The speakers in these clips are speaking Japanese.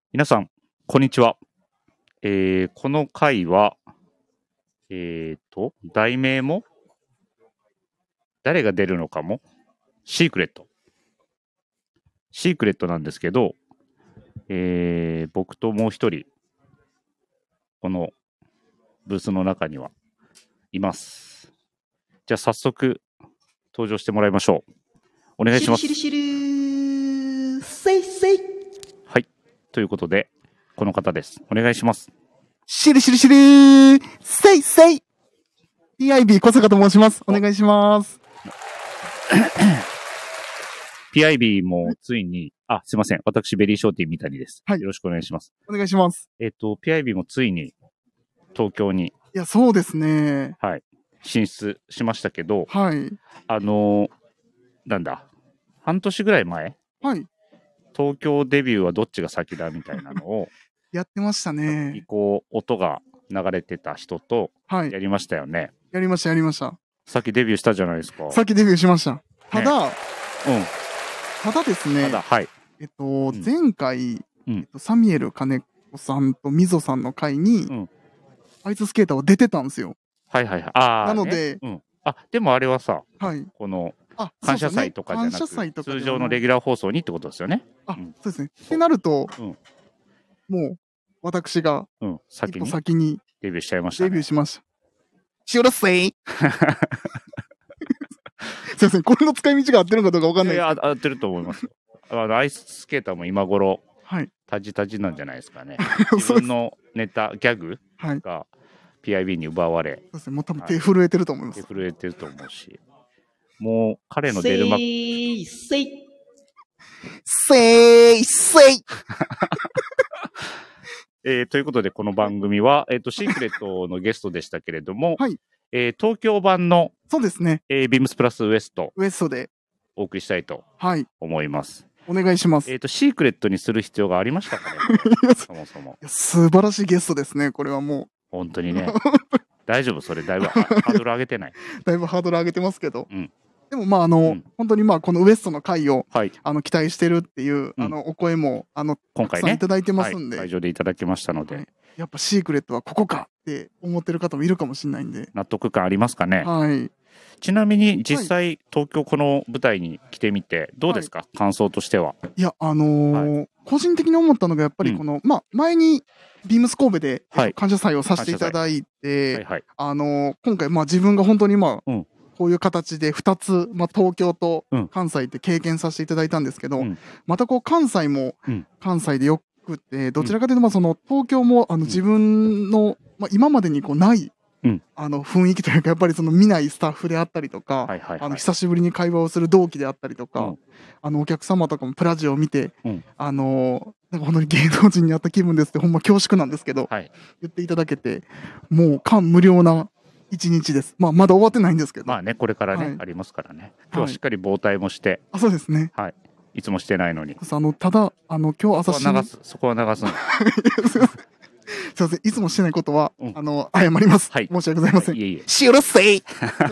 皆さん、こんにちは。この回は、題名も、誰が出るのかも、シークレット。シークレットなんですけど、僕ともう一人、このブースの中にはいます。じゃあ早速、登場してもらいましょう。お願いします。 シルシルシルせいせい。 はい。ということで、この方です。お願いします。 シルシルシルせいせい。PIB 小坂と申します。お願いします。 PIB もついに、すいません。私、ベリーショーティー三谷です。 はい。 よろしくお願いします。 お願いします。 PIB もついに、東京に。 いや、そうですね。 はい。進出しましたけど、 はい。 なんだ。半年ぐらい前、 はい。 東京デビューはどっちが先だみたいなのを、 やってましたね。 こう、音が流れてた人と、 はい。 やりましたよね。 やりました、やりました。 さっきデビューしたじゃないですか。 さっきデビューしました。ただ、ただですね。 ただ、はい。 前回、サミュエル金子さんとみぞさんの回に、アイススケーターは出てたんですよ。 はいはいはい。 なので、 でもあれはさ、 はい。 この、感謝祭とかじゃなく、通常のレギュラー放送にってことですよね。 そうですね。ってなると、もう、私が、先にデビューしちゃいました、 デビューしました。しおらっせい。すいません、これの使い道が合ってるのかどうかわかんない。 いや、合ってると思いますよ。アイススケーターも今頃、 はい。 タジタジなんじゃないですかね。自分のネタ、ギャグが PIB に奪われ。 そうですね、もう多分手震えてると思います。 手震えてると思うし。もう彼の出る幕。 せいということで、この番組は、シークレットのゲストでしたけれども、東京版の、 そうですね。 ビームスプラスウエストでお送りしたいと思います。 お願いします。 シークレットにする必要がありましたかねそもそも。 素晴らしいゲストですね、これはもう。 本当にね。大丈夫それ、だいぶハードル上げてない。 だいぶハードル上げてますけど。でも本当にこのウエストの回を、期待してるっていう、お声も、 今回ね、 いただいてますんで。 会場でいただきましたので。 やっぱシークレットはここかって思ってる方もいるかもしれないんで。 納得感ありますかね。 はい。 ちなみに実際、東京この舞台に来てみてどうですか、感想としては。 いや個人的に思ったのがやっぱりこの、前にビームス神戸で感謝祭をさせていただいて、今回自分が本当にこういう形で2つ、東京と関西って経験させていただいたんですけど、またこう関西も関西でよくて、どちらかというとその東京も自分の、今までにこうない雰囲気というか、やっぱりその見ないスタッフであったりとか、久しぶりに会話をする同期であったりとか、お客様とかもプラジオを見て、なんか本当に芸能人に会った気分ですって、ほんま恐縮なんですけど、言っていただけて、もう感無量な一日です。まだ終わってないんですけど。 これからね、ありますからね。今日はしっかり防体もして。 そうですね。 はい。いつもしてないのに。 ただ、今日朝そこは流すの。 すいません。いつもしてないことは、謝ります。申し訳ございません。しゅるせい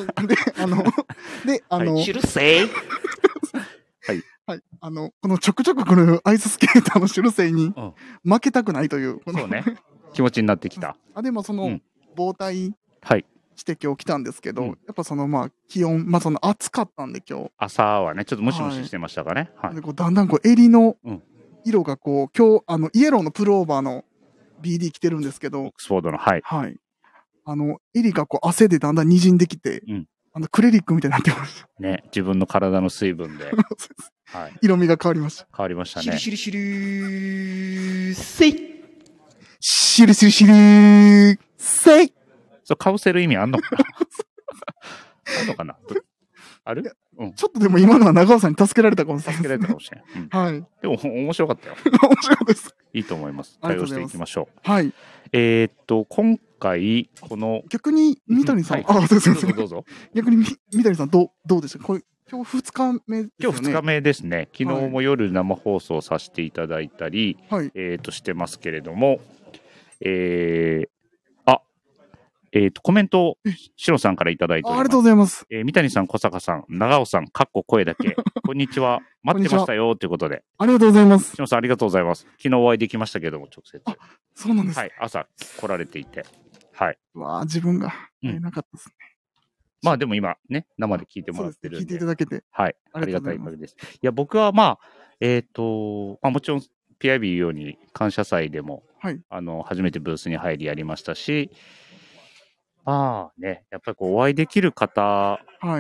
しゅるせいはい。このちょくちょく来るアイススケーターのしゅるせいに負けたくないという。 そうね。気持ちになってきた。 でも防体して今日来たんですけど、やっぱ気温、暑かったんで今日。 朝はね、ちょっとムシムシしてましたかね。 だんだん襟の色が今日、イエローのプルオーバーのBD 着てるんですけど、 オックスフォードの、 襟が汗でだんだん滲んできて、クレリックみたいになってました。 ね、自分の体の水分で。 色味が変わりました。 変わりましたね。 シルシルシルせい。シルシルシルせい。 かぶせる意味あんのかなあんのかなある？ ちょっとでも今のは長尾さんに助けられたかもしれない。 助けられたかもしれない。でも面白かったよ。 面白かったです。 いいと思います。対応していきましょう。はい。 今回、この。 逆に、三谷さん。 どうぞ。 逆に、三谷さん、どうでしたか？これ、今日2日目ですね。 今日2日目ですね。昨日も夜生放送させていただいたり、してますけれども、 コメントを、しろさんからいただいております。 ありがとうございます。 三谷さん、小坂さん、長尾さん、かっこ声だけ。こんにちは。待ってましたよ、ということで。 ありがとうございます。 しろさん、ありがとうございます。昨日お会いできましたけども、直接。 あ、そうなんです。 はい、朝来られていて。はい。 わあ、自分が会えなかったですね。 まあでも今ね、生で聞いてもらってるんで。 聞いていただけて。 はい。ありがたい限りです。いや、僕はまあ、もちろん PIB 言うように感謝祭でも、 はい、 初めてブースに入りやりましたし、まあね、やっぱりこうお会いできる方、 はい、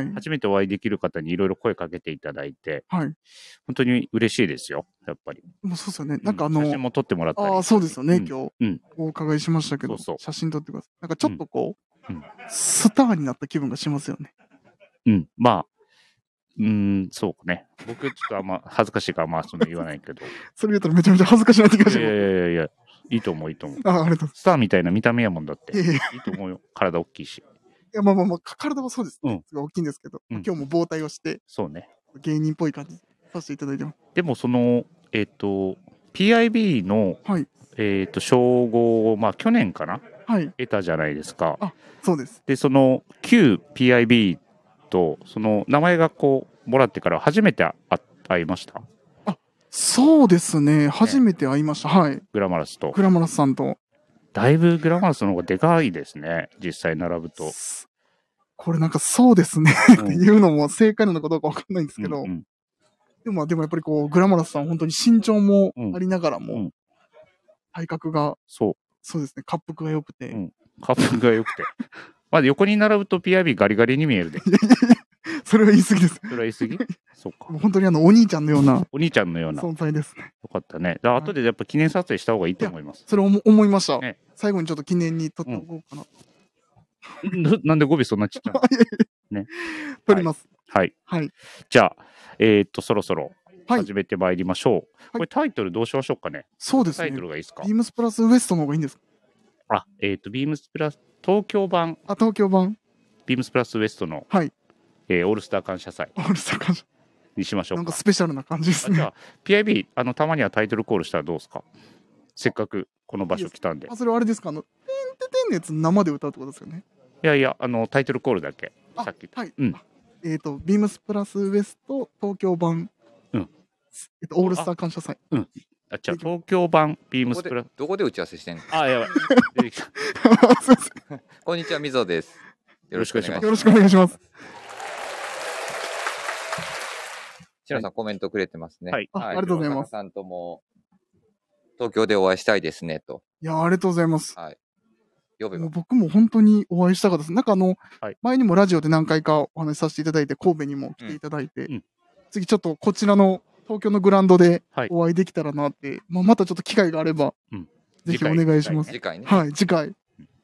初めてお会いできる方にいろいろ声かけていただいて、 はい、 本当に嬉しいですよ、やっぱり。 もうそうですよね。なんか写真も撮ってもらったり。 ああ、そうですよね、今日、お伺いしましたけど、 そう写真撮ってください。なんかちょっとこう、スターになった気分がしますよね。 まあ、そうね。僕ちょっとあんま恥ずかしいからまあそんな言わないけど。 それ言ったらめちゃめちゃ恥ずかしいなって気がします。 いや、いいと思う、いいと思う。 ありがとうございます。 スターみたいな見た目やもんだって。いいと思うよ。体大きいし。 いや、まあ、体はそうです。すごい大きいんですけど、今日も防体をして、 そうね。 芸人っぽい感じさせていただいてます。 でもその、PIB の、称号を、まあ去年かな、得たじゃないですか。 そうです。 で、その旧 PIB と、その名前がこう、もらってから初めて会いました。 そうですね。初めて会いました。はい。 グラマラスと。 グラマラスさんと。 だいぶグラマラスの方がでかいですね。実際並ぶと。 これなんかそうですねっていうのも正解なのかどうかわかんないんですけど。でもやっぱりこう、グラマラスさん本当に身長もありながらも、体格が、そうですね。滑腹が良くて。 滑腹が良くて。まだ横に並ぶと PIB ガリガリに見えるで。 それは言い過ぎです。 それは言い過ぎそうか。 本当にお兄ちゃんのような。 お兄ちゃんのような。 存在ですね。 よかったね。後でやっぱ記念撮影した方がいいと思います。 それ思いました。最後にちょっと記念に撮っておこうかな。 なんで語尾そんなちっちゃいのね。 撮ります。 はい。じゃあ、そろそろ始めてまいりましょう。これタイトルどうしましょうかね。 そうですね。 タイトルがいいですか。 ビームスプラスウエストの方がいいんですか。 ビームスプラス、東京版。 東京版。 ビームスプラスウエストの、オールスター感謝祭。 オールスター感謝にしましょうか。 なんかスペシャルな感じですね。 じゃあ、PIB、たまにはタイトルコールしたらどうですか。せっかくこの場所来たんで。 それはあれですか、てんてんのやつ生で歌うってことですよね。 いや、タイトルコールだけ。さっき。 はい。ビームスプラスウエスト東京版。オールスター感謝祭。 じゃあ、東京版ビームスプラス。 どこで打ち合わせしてんの。 やばい。 こんにちは、みぞです。よろしくお願いします。 よろしくお願いします。 しのさんコメントくれてますね。 ありがとうございます。 さんとも東京でお会いしたいですねと。 いや、ありがとうございます。 呼べば。 僕も本当にお会いしたかったです。なんか前にもラジオで何回かお話しさせていただいて、神戸にも来ていただいて、次ちょっとこちらの東京のグラウンドでお会いできたらなって、またちょっと機会があれば、ぜひお願いします。 次回ね。 はい、次回。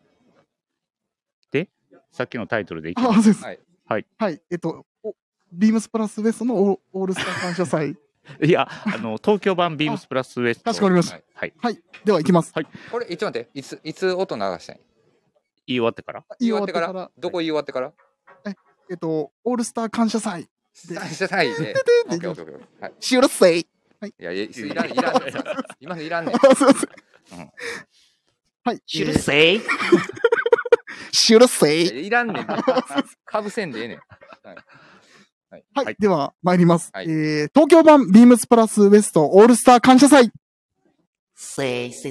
で、さっきのタイトルでいきます。そうです。 はい。 ビームスプラスウエストのオールスター感謝祭。 いや、東京版ビームスプラスウエスト。 かしこまりました。はい。では行きます。 これ、ちょっと待って、いつ音流したい。 言い終わってから。 言い終わってから。どこ言い終わってから。 オールスター感謝祭。 感謝祭で。 シュルセイ。 いや、いらんね。今のいらんね。 はい。 シュルセイ。 シュルセイ。 いらんねん。かぶせんでええねん。 はい。では、参ります。東京版ビームスプラスウエストオールスター感謝祭。 せい。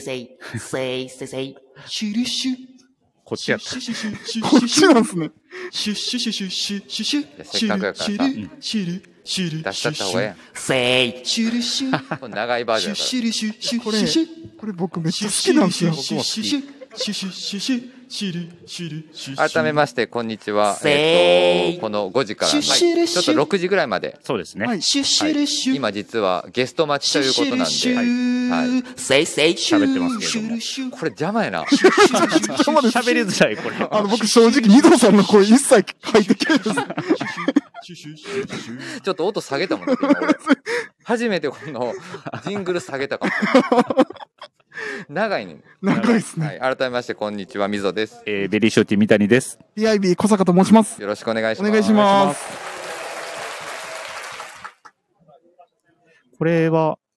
シュルシュ。 こっちやった。 こっちなんですね。 シュシュシュシュシュシュシュ。 せっかくやからさ。 シュル。 出しちゃった方がええやん。 せい。シュルシュ。 これ長いバージョンやから。 シュルシュシュシュ。 これ僕めっちゃ好きなんですよ。 シュシュシュシュシュシュシュ。 改めましてこんにちは。この5時からちょっと6時ぐらいまで。 そうですね。 今実はゲスト待ちということなんで、 喋ってますけども。 これ邪魔やな。 喋りづらいこれ。 僕正直ミドさんの声一切入ってきてないです。 ちょっと音下げたもんね。初めてこのジングル下げたかも。長いね。 長いですね。 改めましてこんにちは、みぞです。 ベリーショーティー三谷です。 PIB 小坂と申します。 よろしくお願いします。 お願いします。 これは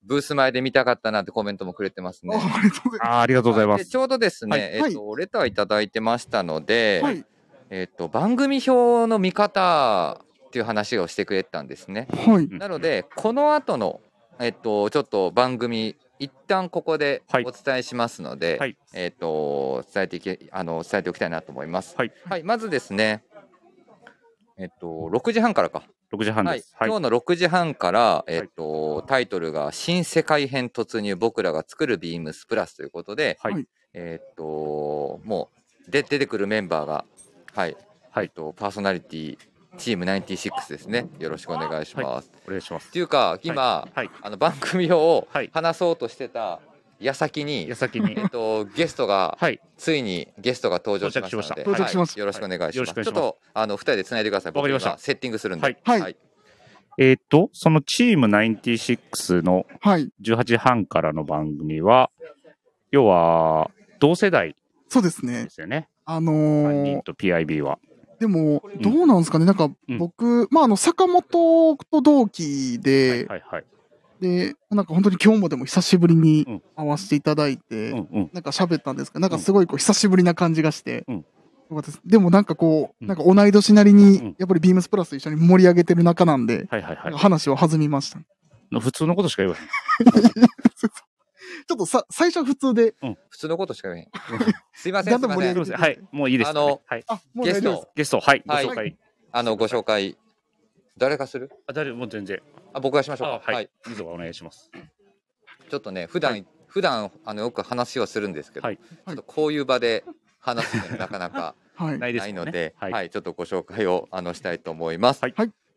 ブース前で見たかったなってコメントもくれてますね。 ありがとうございます。 ちょうどですね、 はいレターいただいてましたので、 はい。 番組表の見方っていう話をしてくれたんですね。 はい。 なので、この後の、ちょっと番組、一旦ここでお伝えしますので、 はい、 伝えておきたいなと思います。 はい。 はい、まずですね、6時半からか。 6時半です。 はい、今日の6時半から、タイトルが新世界編突入僕らが作るビームスプラスということで、 はい、 もう出てくるメンバーが、はい、パーソナリティチーム96ですね。よろしくお願いします。 お願いします。 っていうか今、番組表を話そうとしてた矢先に、ゲストが、ついにゲストが登場しましたので、よろしくお願いします。ちょっと2人でつないでください。僕がセッティングするんで。 そのチーム96の18時半からの番組は、要は同世代そうですね。 ですよね。犯人と PIB は。 でも、どうなんですかね、なんか僕、坂本と同期で、で、なんか本当に今日もでも久しぶりに会わせていただいて、なんか喋ったんですけど、なんかすごい久しぶりな感じがして、よかったです。でもなんかなんか同い年なりに、やっぱりビームスプラス一緒に盛り上げてる仲なんで、話を弾みました。 普通のことしか言わへん。 ちょっと最初は普通で。 普通のことしか言えへん。すいません。 はい、もういいです。 ゲスト、 はい、ご紹介。 ご紹介。誰がする？ もう全然。 僕がしましょうか。 はい。みぞがお願いします。 ちょっとね、普段よく話をするんですけど、ちょっとこういう場で話すのなかなかないので、はい、ちょっとご紹介をしたいと思います。はい。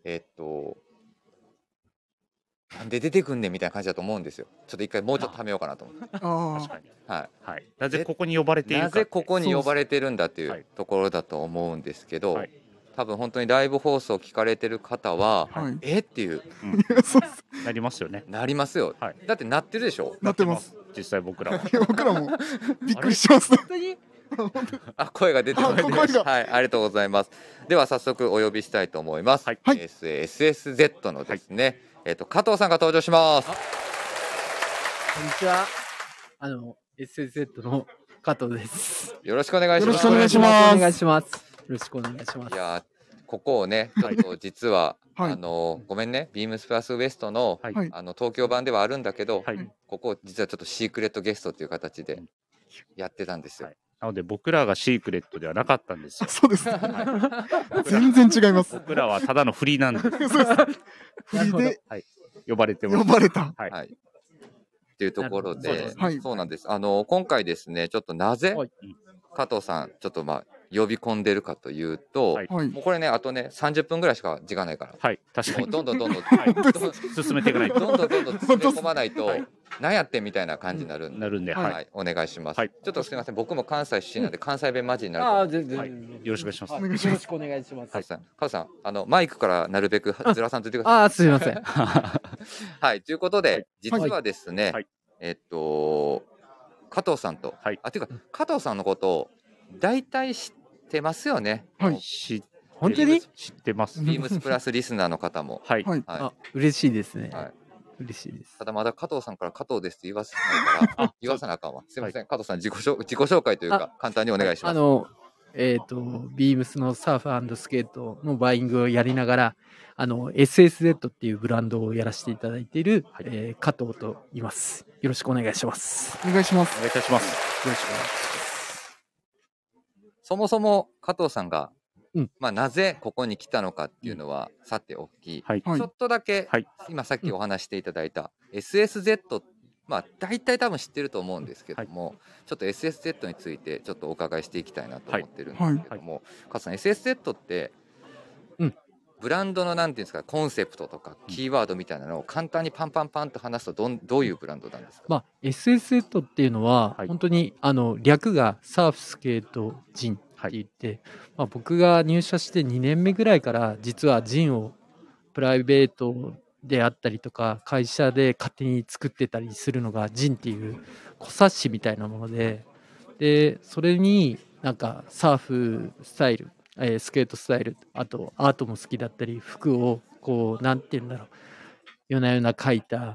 なんで出てくんねんみたいな感じだと思うんですよ。ちょっと一回もうちょっとためようかなと思って。 確かに。はい。なぜここに呼ばれているか。 なぜここに呼ばれてるんだっていうところだと思うんですけど、多分本当にライブ放送聞かれてる方は、っていう、 なりますよね。 なりますよ。だってなってるでしょ。 なってます。 実際僕らは。 僕らもびっくりします。本当に？ 声が出てますね。はい、ありがとうございます。では早速お呼びしたいと思います。SSZ のですね、加藤さんが登場します。 こんにちは。SSZ の加藤です。 よろしくお願いします。 よろしくお願いします。 お願いします。よろしくお願いします。 いや、ここをね、ちょっと実は、ごめんね、ビームスプラスウエストの、東京版ではあるんだけど、ここ実はちょっとシークレットゲストという形でやってたんですよ。 なので僕らがシークレットではなかったんですよ。 そうです。全然違います。 僕らはただのフリーなんです。 フリーで呼ばれてます。 呼ばれた。 はい。っていうところで、そうなんです。今回ですね、ちょっとなぜ加藤さんちょっと呼び込んでるかというと、もうこれね、あとね30分ぐらいしか時間ないから、 確かにどんどん進めていかないと、 どんどん詰め込まないと、何やってみたいな感じになるんで、お願いします。ちょっとすみません、僕も関西出身なんで関西弁マジになると。 全然よろしくお願いします。 よろしくお願いします。 加藤さん、マイクからなるべくずらさんといてください。 すみません。 はい、ということで、実はですね、加藤さんと、ていうか加藤さんのことを大体知ってますよね。 本当に知ってます。 ビームスプラスリスナーの方も。 嬉しいですね。嬉しいです。 ただまだ加藤さんから加藤ですって言わせないから、言わさなあかんわ。すみません、加藤さん自己紹介というか簡単にお願いします。 ビームスのサーフ&スケートのバイングをやりながら、SSZ っていうブランドをやらせていただいている、加藤と言います。よろしくお願いします。 お願いします。 お願いいたします。 よろしくお願いします。 そもそも加藤さんが、なぜここに来たのかっていうのはさておき、ちょっとだけ、今さっきお話していただいた SSZ、大体多分知ってると思うんですけども、ちょっと SSZ についてちょっとお伺いしていきたいなと思ってるんですけども、加藤さん SSZ って、ブランドのなんていうんですか、コンセプトとかキーワードみたいなのを簡単にパンパンパンと話すとどういうブランドなんですか？ SSZ っていうのは本当に略がサーフスケートジンって言って、僕が入社して2年目ぐらいから実はジンをプライベートであったりとか会社で勝手に作ってたりするのがジンっていう小冊子みたいなもので、それになんかサーフスタイル、スケートスタイル、あとアートも好きだったり服をこうなんていうんだろう、夜な夜な描いた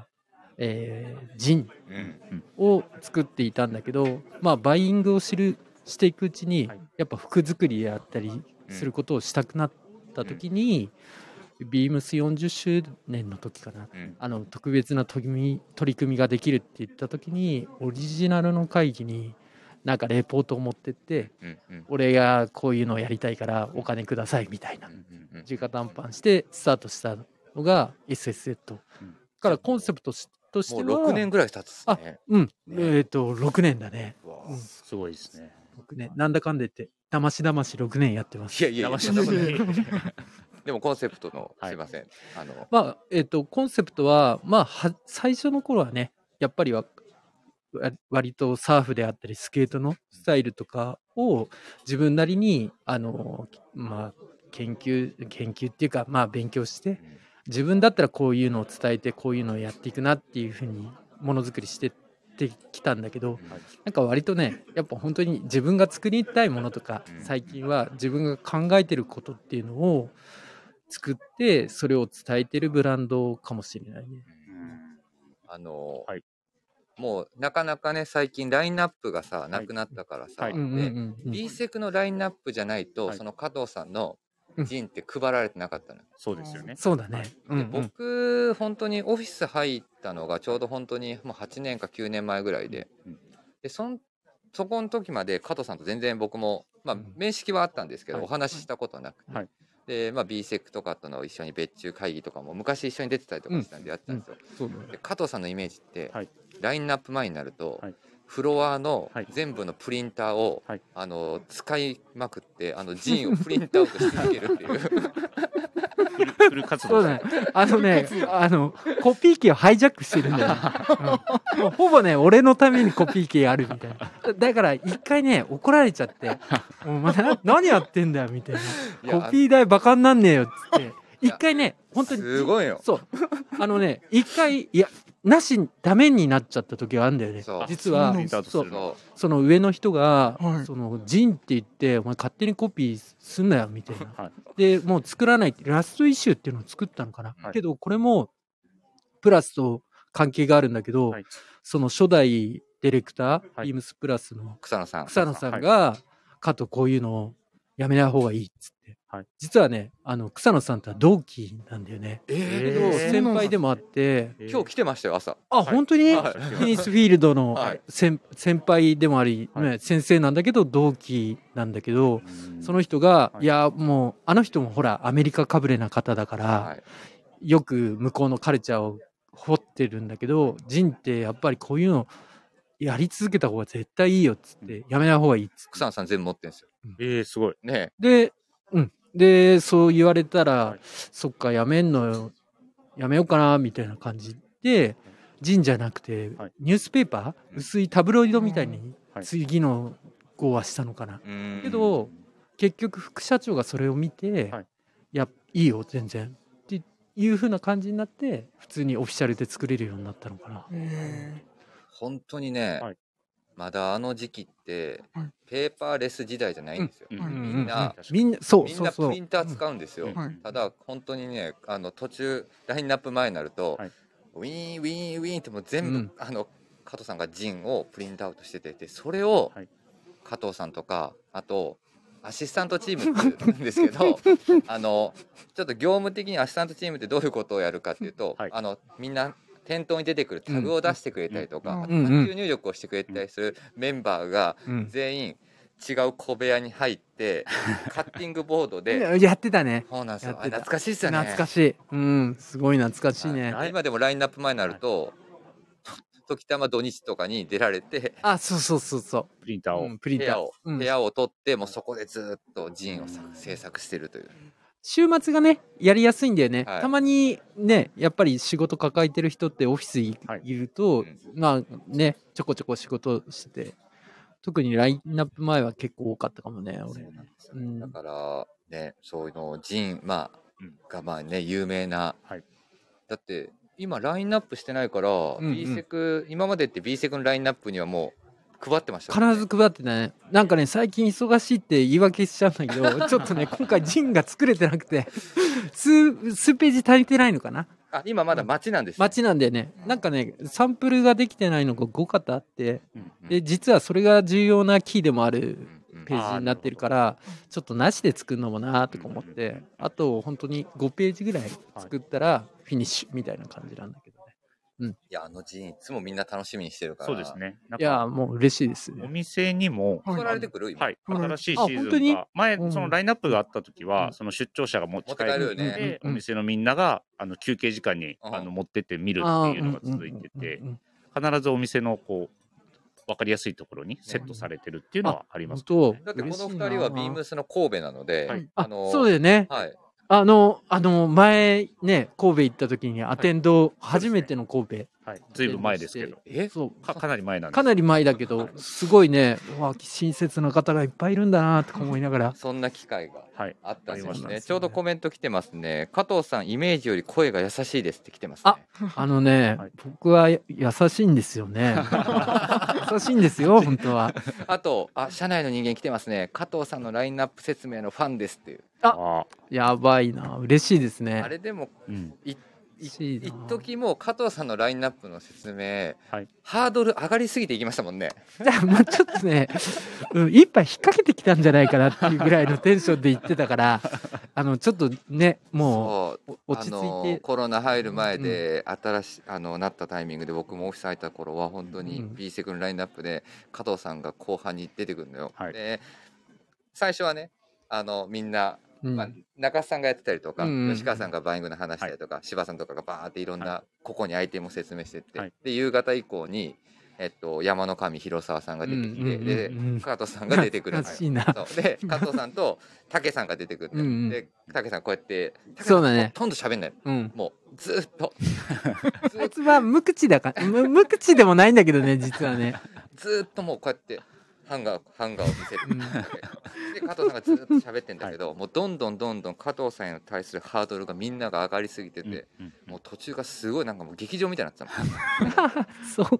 ジンを作っていたんだけど、まあ、バイイングをしていくうちに、やっぱ服作りであったりすることをしたくなった時に、ビームス40周年の時かな、特別な取り組みができるって言った時に、オリジナルの会議になんかレポートを持ってって、俺がこういうのをやりたいからお金くださいみたいな、直談判してスタートしたのが SSZ からコンセプトとしてはもう6年ぐらい経つっすね。 6年だね。 すごいですね。 6年なんだかんだ言ってだまし6年やってます。 いやでもコンセプトのすいません。 まあコンセプトはまあ最初の頃はね、やっぱり割とサーフであったりスケートのスタイルとかを自分なりにまあ研究っていうか、まあ勉強して、自分だったらこういうのを伝えてこういうのをやっていくなっていうふうにものづくりしてってきたんだけど、なんか割とね、やっぱ本当に自分が作りたいものとか、最近は自分が考えてることっていうのを作ってそれを伝えてるブランドかもしれないね。 もうなかなかね最近ラインナップがさなくなったからさ、B セクのラインナップじゃないと、その加藤さんのジンって配られてなかったの。 そうですよね。 そうだね。 で僕本当にオフィス入ったのがちょうど本当にもう8年か9年前ぐらいで、そこの時まで加藤さんと全然僕もまあ面識はあったんですけど、お話ししたことはなくて。でまあ、B セクとかとの一緒に別注会議とかも昔一緒に出てたりとかしたんでやってたんですよ。で加藤さんのイメージって、ラインナップ前になると、フロアの全部のプリンターを、使いまくってジンをプリントアウトし続けるっていうフル活動。 そうだね。コピー機をハイジャックしてるんだよ、もうほぼね俺のためにコピー機あるみたいな。だから一回ね怒られちゃって、もう何やってんだよみたいな、コピー代バカになんねえよっつって一回ね、本当にすごいよ。 そう一回ダメになっちゃった時があるんだよね。実はその上の人が、そのジンって言ってお前勝手にコピーすんなよみたいな、でもう作らないってラストイシューっていうのを作ったのかな、けどこれもプラスと関係があるんだけど、その初代ディレクター、ビームスプラスの草野さんが加藤こういうのをやめない方がいいっつって、実はね草野さんとは同期なんだよね。先輩でもあって、 今日来てましたよ朝。 本当に、フィニスフィールドの先輩でもあり、先生なんだけど同期なんだけど、その人が、いやもうあの人もほらアメリカかぶれな方だから、よく向こうのカルチャーを掘ってるんだけど、ジンってやっぱりこういうのやり続けた方が絶対いいよっつって、やめない方がいいっつって。 草野さん全部持ってるんですよ。 すごいね。 でそう言われたら、そっかやめようかなみたいな感じで、ジンじゃなくて、ニュースペーパー、薄いタブロイドみたいに次の号はしたのかな、けど結局副社長がそれを見て、いいよ全然っていう風な感じになって、普通にオフィシャルで作れるようになったのかな。 本当にね、まだ時期ってペーパーレス時代じゃないんですよ。みんなプリンター使うんですよ。ただ本当にね途中ラインナップ前になると、ウィーンウィーンウィーンってもう全部、加藤さんがジンをプリントアウトしてて、それを加藤さんとかあとアシスタントチームって言うんですけどちょっと業務的にアシスタントチームってどういうことをやるかっていうと、みんな店頭に出てくるタグを出してくれたりとか、卓球入力をしてくれたりするメンバーが全員違う小部屋に入ってカッティングボードでやってたね。 そうなんですよ。懐かしいですよね。 懐かしい。すごい懐かしいね。 今でもラインナップ前になると時たま土日とかに出られて、 そうプリンターを部屋を取って、もうそこでずっとジンを制作してるという。 週末がねやりやすいんだよね。たまにねやっぱり仕事抱えてる人ってオフィスいると、まあねちょこちょこ仕事してて、特にラインナップ前は結構多かったかもね俺。 だからね、そういうのジンがまあね有名な、だって今ラインナップしてないから、B セク今までって B セクのラインナップにはもう配ってました、 必ず配ってたね。なんかね最近忙しいって言い訳しちゃうんだけどちょっとね今回ジンが作れてなくて数ページ足りてないのかな。 あ、今まだ待ちなんです、 待ちなんでね、なんかね、サンプルができてないのが5型あって、で、実はそれが重要なキーでもあるページになってるから、ちょっとなしで作るのもなとか思って、あと本当に5ページぐらい作ったらフィニッシュみたいな感じなんだけどね。 いや、ジンいつもみんな楽しみにしてるから。 そうですね。 いや、もう嬉しいです、ね。 お店にも送られてくる、 はい、新しいシーズンが、前、そのラインナップがあった時は、その出張者が持ち帰るので、お店のみんなが休憩時間に持ってって見るっていうのが続いてて、必ずお店のこう分かりやすいところにセットされてるっていうのはあります、 ね。だってこの2人はビームスの神戸なので、 そうだよね。はい。前ね、神戸行った時にアテンド、初めての神戸。 はい、ずいぶん前ですけど。そうかなり前なんです。 かなり前だけど、すごいね、親切な方がいっぱいいるんだなとか思いながら。 そんな機会があったんですね。ちょうどコメント来てますね。加藤さん、イメージより声が優しいですって来てますね。僕は優しいんですよね。優しいんですよ、本当は。 あと、社内の人間来てますね。加藤さんのラインナップ説明のファンですっていう。 やばいな、嬉しいですね。 あれでも、一時も加藤さんのラインナップの説明、ハードル上がりすぎていきましたもんね。 じゃあちょっとね、一杯引っ掛けてきたんじゃないかなっていうぐらいのテンションで言ってたからちょっとね、もう落ち着いて、 コロナ入る前で新しなったタイミングで僕もオフィス入った頃は本当に B セクのラインナップで加藤さんが後半に出てくるのよ。で最初はね、みんな中須さんがやってたりとか、吉川さんがバイングの話したりとか、柴さんとかがバーっていろんなここにアイテムを説明してって、で夕方以降に山の神広沢さんが出てきて、で加藤さんが出てくるで加藤さんと武さんが出てくるで武さんこうやってそうだね、 ほとんど喋んない、もうずっとあいつは無口だから無口でもないんだけどね、実はねずっともうこうやってハンガーを見せるで加藤さんがずっと喋ってんだけど、もうどんどん加藤さんに対するハードルがみんなが上がりすぎてて、もう途中がすごいなんかもう劇場みたいになってたのそう、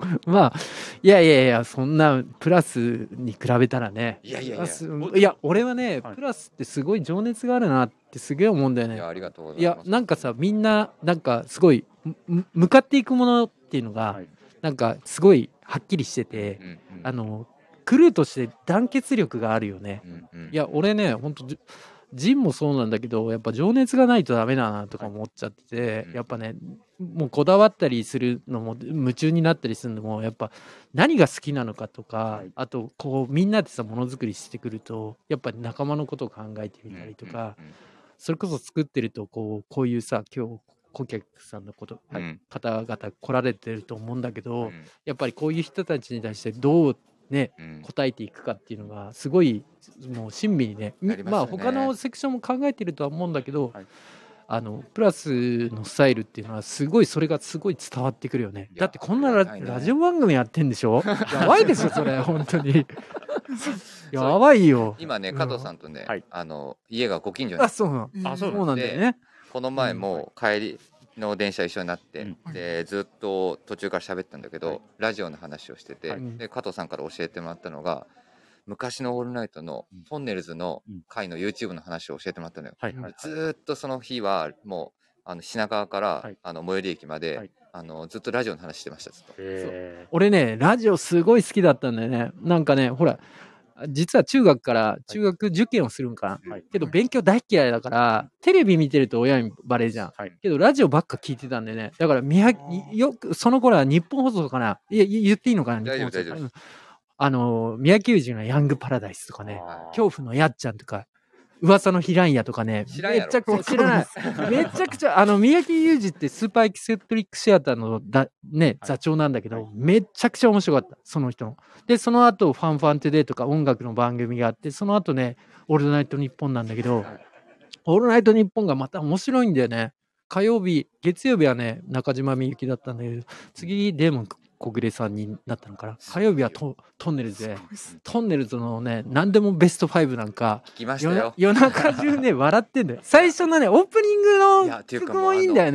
いやそんなプラスに比べたらね、いや俺はね、プラスってすごい情熱があるなってすげえ思うんだよね。 いやありがとうございます。 いやなんかさ、みんななんかすごい向かっていくものっていうのがなんかすごいはっきりしてて、クルーとして団結力があるよね。いや俺ね、本当ジンもそうなんだけど、やっぱ情熱がないとダメだなとか思っちゃってて、やっぱね、もうこだわったりするのも夢中になったりするのもやっぱ何が好きなのかとか、あとこうみんなでさものづくりしてくるとやっぱり仲間のことを考えてみたりとか、それこそ作ってるとこういうさ、今日顧客さんのこと、方々来られてると思うんだけど、やっぱりこういう人たちに対してどうね、答えていくかっていうのがすごいもう親身にね、他のセクションも考えてるとは思うんだけど、プラスのスタイルっていうのはすごい、それがすごい伝わってくるよね。だってこんなラジオ番組やってんでしょやばいでしょそれ本当にやばいよ。 今ね、加藤さんとね、家がご近所に、 そうなんだよね。 この前も帰りの電車一緒になって、でずっと途中から喋ったんだけど、ラジオの話をしてて、で加藤さんから教えてもらったのが、昔のオールナイトのトンネルズの回の YouTube の話を教えてもらったのよ。ずっとその日はもう品川から最寄り駅までずっとラジオの話してました。ずっと俺ね、ラジオすごい好きだったんだよね。なんかね、ほら実は中学受験をするんかな、けど勉強大嫌いだからテレビ見てると親にバレるじゃん、けどラジオばっか聞いてたんでね。だからよくその頃は日本放送かな、言っていいのかな、 大丈夫宮城裕二のヤングパラダイスとかね、恐怖のやっちゃんとか噂のヒランヤとかね、めちゃくちゃ知らないめちゃくちゃ宮城裕二ってスーパーエキセントリックシアターの座長なんだけど、めちゃくちゃ面白かったその人の。でその後ファンファントゥデーとか音楽の番組があって、その後ねオールナイトニッポンなんだけど、オールナイトニッポンがまた面白いんだよね。月曜日はね中島みゆきだったんだけど、次デーモン小暮さんになったのかな。火曜日はトンネルズで、トンネルズのね何でもベスト5なんか聞きましたよ。 夜中中ね笑ってんだよ。最初のねオープニングの曲もいいんだよね。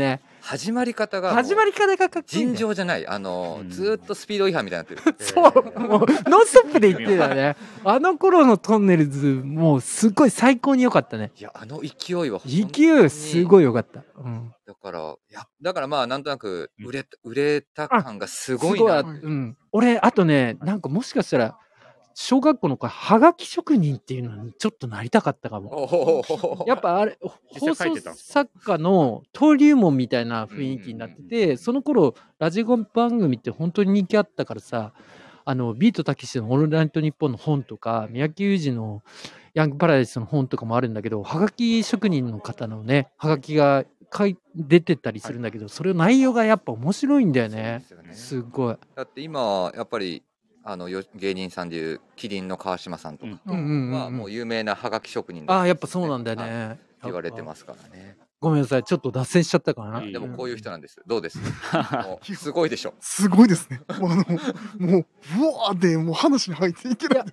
始まり方がかっこいい、 尋常じゃない。ずっとスピード違反みたいになってる。 そう、もうノンストップで言ってたね。あの頃のトンネルズもうすっごい最高に良かったね。 いや、勢いは勢いすごい良かった。 だからまあなんとなく売れた感がすごいな。 俺あとね、なんかもしかしたら小学校の頃はがき職人っていうのにちょっとなりたかったかも。やっぱあれ放送作家の登竜門みたいな雰囲気になってて、その頃ラジオ番組って本当に人気あったからさ、ビートたけしのオールナイトニッポンの本とか、三宅裕司のヤングパラダイスの本とかもあるんだけど、はがき職人の方のね、はがきが出てたりするんだけど、それの内容がやっぱ面白いんだよね。すごい。 だって今やっぱり芸人さんでいうキリンの川島さんとかはもう有名なはがき職人やっぱそうなんだよね。 言われてますからね。 ごめんなさい、ちょっと脱線しちゃったかな。 でもこういう人なんです。どうです？すごいでしょ。 すごいですね。もううわーでもう話に入っていけない。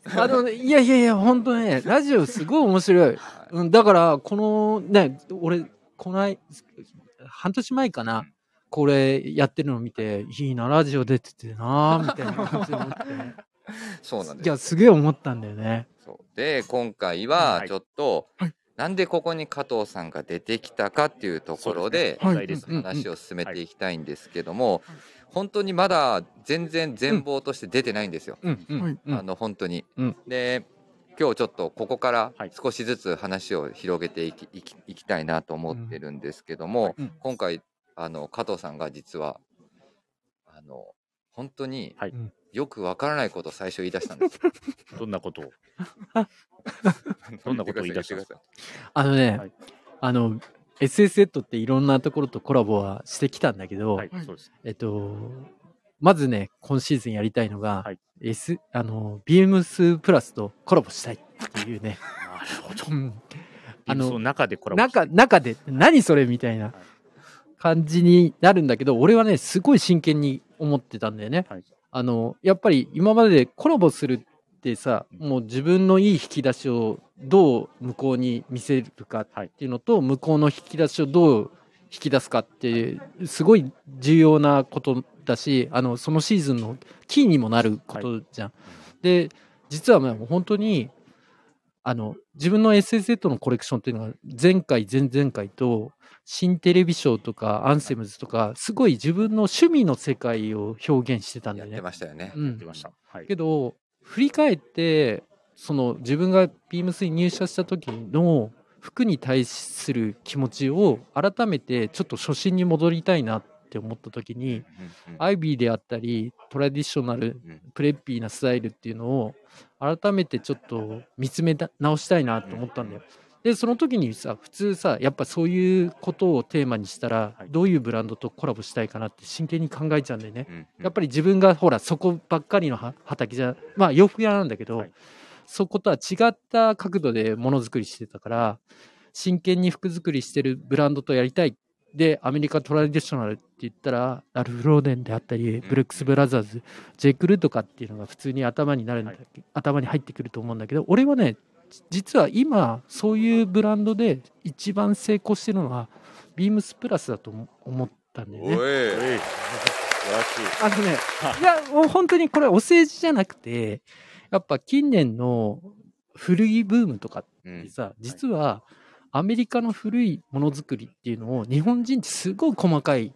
いや本当ね、ラジオすごい面白い。だからこのね、俺半年前かな。これやってるのを見て、いいな、ラジオ出ててなみたいな感じで思って。 そうなんです。 いや、すげえ思ったんだよね。 で、今回はちょっと、なんでここに加藤さんが出てきたかっていうところで、話を進めていきたいんですけども、本当にまだ全然全貌として出てないんですよ。本当に。で、今日ちょっとここから少しずつ話を広げていきたいなと思ってるんですけども、今回、加藤さんが実は本当によくわからないことを最初言い出したんですよ。 どんなことを言い出したんですか？ SSZ っていろんなところとコラボはしてきたんだけど、まずね、今シーズンやりたいのが、ビームスプラスとコラボしたいっていうね。 なるほど。ビームスの中でコラボしたい。 中で何それみたいな感じになるんだけど、俺はね、すごい真剣に思ってたんだよね。やっぱり今までコラボするってさ、もう自分のいい引き出しをどう向こうに見せるかっていうのと、向こうの引き出しをどう引き出すかってすごい重要なことだし、そのシーズンのキーにもなることじゃん。で、実はもう本当に自分の SSZ のコレクションっていうのが前回前々回と新テレビショーとかアンセムズとかすごい自分の趣味の世界を表現してたんだよね。 やってましたよね。 やってました。けど振り返って自分がビームスに入社した時の服に対する気持ちを改めてちょっと初心に戻りたいなって思った時に、アイビーであったりトラディショナルプレッピーなスタイルっていうのを改めてちょっと見つめ直したいなと思ったんだよ。でその時にさ、普通さ、やっぱそういうことをテーマにしたらどういうブランドとコラボしたいかなって真剣に考えちゃうんだよね。やっぱり自分がほらそこばっかりの畑じゃ、まあ洋服屋なんだけど、そことは違った角度でものづくりしてたから、真剣に服作りしてるブランドとやりたい。でアメリカトラディショナルって言ったらラルフ・ローデンであったりブルックス・ブラザーズ、ジェイク・ルとかっていうのが普通に頭に入ってくると思うんだけど、俺はね、実は今そういうブランドで一番成功してるのはビームスプラスだと思ったんだよね。いやもう本当にこれお世辞じゃなくて、やっぱ近年の古着ブームとかってさ、実はアメリカの古いものづくりっていうのを日本人ってすごい細かい、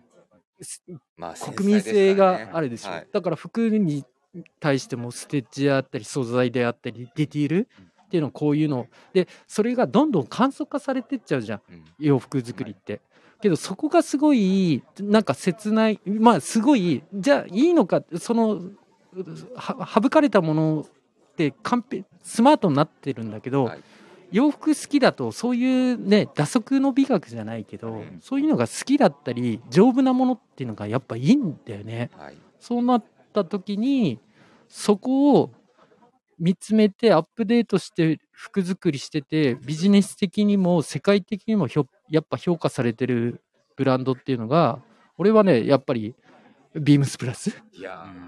国民性があるでしょ。だから服に対してもステッチであったり素材であったりディティールっていうの、こういうのでそれがどんどん簡素化されてっちゃうじゃん、洋服作りって。けどそこがすごいなんか切ない、まあすごい、じゃあいいのか、その省かれたものってスマートになってるんだけど、洋服好きだとそういうね、打足の美学じゃないけど、そういうのが好きだったり丈夫なものっていうのがやっぱいいんだよね。そうなった時にそこを見つめてアップデートして服作りしてて、ビジネス的にも世界的にもやっぱ評価されてるブランドっていうのが、俺はねやっぱりビームスプラス。 いや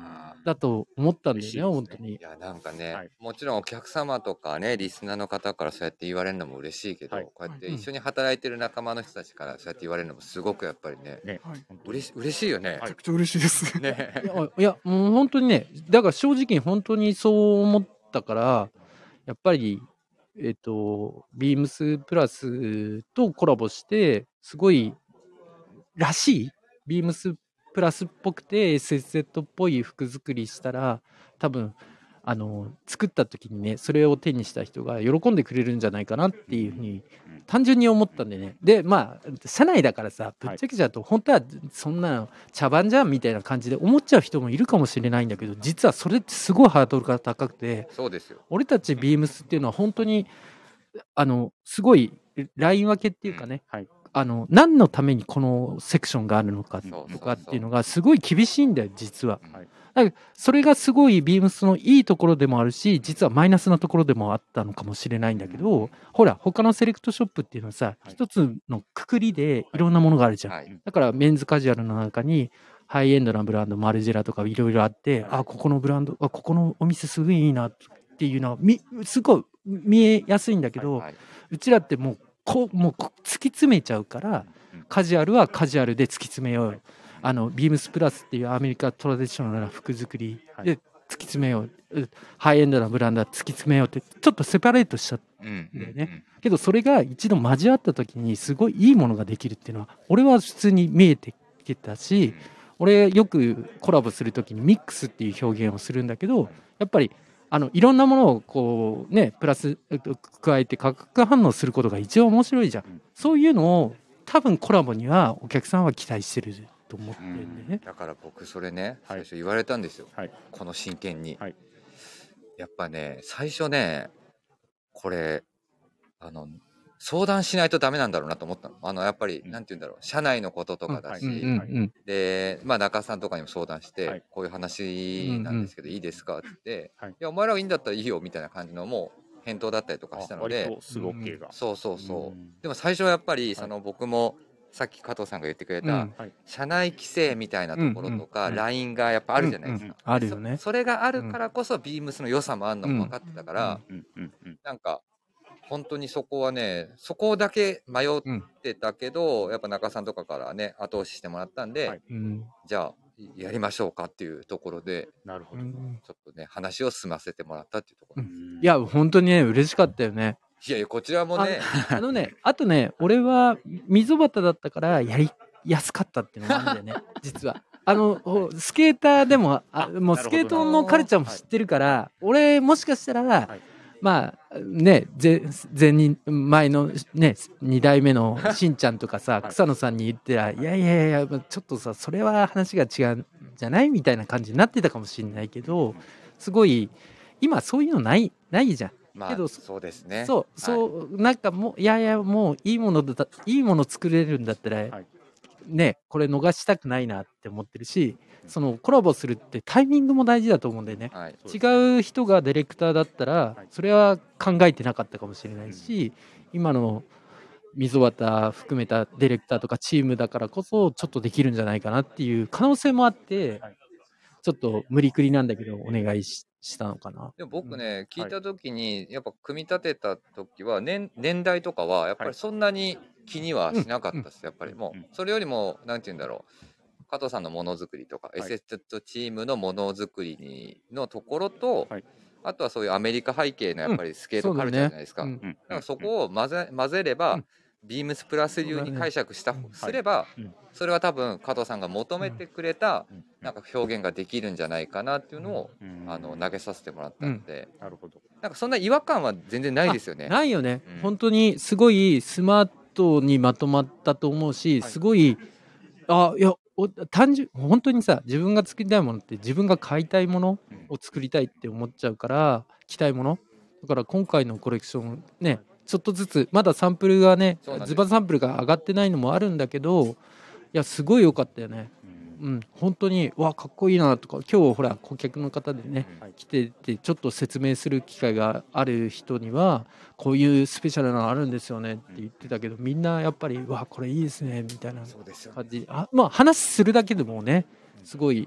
だと思ったんだよね、本当に。 いや、なんかね、もちろんお客様とかね、リスナーの方からそうやって言われるのも嬉しいけど、こうやって一緒に働いてる仲間の人たちからそうやって言われるのもすごくやっぱりね、嬉しいよね。 めちゃくちゃ嬉しいですね。 いや、もう本当にね、だから正直本当にそう思ったから、やっぱり、ビームスプラスとコラボして、すごいらしい、ビームスプラスっぽくて SSZ っぽい服作りしたら、多分作った時にね、それを手にした人が喜んでくれるんじゃないかなっていうふうに単純に思ったんでね。で、まあ社内だからさ、ぶっちゃけちゃうと本当はそんなの茶番じゃんみたいな感じで思っちゃう人もいるかもしれないんだけど、実はそれってすごいハードルが高くて、 そうですよ。 俺たちビームスっていうのは本当にすごいライン分けっていうかね、何のためにこのセクションがあるのかとかっていうのがすごい厳しいんだよ、実は。だからそれがすごいビームスのいいところでもあるし、実はマイナスなところでもあったのかもしれないんだけど、ほら他のセレクトショップっていうのはさ、一つのくくりでいろんなものがあるじゃん。だからメンズカジュアルの中にハイエンドなブランド、マルジェラとかいろいろあって、ここのブランド、ここのお店すごいいいなっていうのはすごい見えやすいんだけど、うちらってもう突き詰めちゃうから、カジュアルはカジュアルで突き詰めようよ。ビームスプラスっていうアメリカトラディショナルな服作りで突き詰めよう、ハイエンドなブランドは突き詰めようってちょっとセパレートしちゃうんだよね。けどそれが一度交わった時にすごいいいものができるっていうのは俺は普通に見えてきてたし、俺よくコラボする時にミックスっていう表現をするんだけど、やっぱりいろんなものをこうねプラス加えて化学反応することが一番面白いじゃん。そういうのを多分コラボにはお客さんは期待してると思ってるんでね。 だから僕それね、最初言われたんですよ、この真剣に、やっぱね最初ねこれ相談しないとダメなんだろうなと思ったの。やっぱりなんて言うんだろう、社内のこととかだし、で中さんとかにも相談して、こういう話なんですけどいいですかって言って、いやお前らがいいんだったらいいよみたいな感じのもう返答だったりとかしたので、そうでも最初はやっぱり僕もさっき加藤さんが言ってくれた社内規制みたいなところとかラインがやっぱあるじゃないですか。 あるよね。 それがあるからこそビームスの良さもあるのも分かってたから、なんか本当にそこはね、そこだけ迷ってたけど、やっぱ中さんとかからね後押ししてもらったんで、じゃあやりましょうかっていうところで、なるほど、ちょっとね話を済ませてもらったっていうところ。 いや本当にね嬉しかったよね。 いやこちらもね、 あとね、俺は溝端だったからやりやすかったっていうのもあるんだよね実は。スケーターでももうスケートのカルチャーも知ってるから、俺もしかしたら、まあね、前のね2代目のしんちゃんとかさ、草野さんに言ってら、いやちょっとさそれは話が違うんじゃないみたいな感じになってたかもしれないけど、すごい今そういうのないじゃん。けどそうですね。 なんかもうもういいもの作れるんだったら、ねこれ逃したくないなって思ってるし、そのコラボするってタイミングも大事だと思うんでね、違う人がディレクターだったらそれは考えてなかったかもしれないし、今の溝端含めたディレクターとかチームだからこそちょっとできるんじゃないかなっていう可能性もあって、ちょっと無理くりなんだけどお願いしたのかな。 でも僕ね、聞いた時にやっぱ組み立てた時は年代とかはやっぱりそんなに気にはしなかったです。やっぱりもうそれよりもなんて言うんだろう、加藤さんのものづくりとか、SSZ チームのものづくりのところと、あとはそういうアメリカ背景のやっぱりスケートカルチャーじゃないですか。だからそこを混ぜれば、ビームスプラス流に解釈すれば、それは多分加藤さんが求めてくれたなんか表現ができるんじゃないかなっていうのを投げさせてもらったので、なんかそんな違和感は全然ないですよね。 ないよね、本当にすごいスマートにまとまったと思うし、すごい単純本当にさ、自分が作りたいものって自分が買いたいものを作りたいって思っちゃうから、着たいものだから今回のコレクションね、ちょっとずつまだサンプルがね、ズバサンプルが上がってないのもあるんだけど、いやすごい良かったよね。本当にかっこいいなとか、今日ほら顧客の方でね、来ててちょっと説明する機会がある人にはこういうスペシャルなのあるんですよねって言ってたけど、みんなやっぱりこれいいですねみたいな感じ、話するだけでもねすごい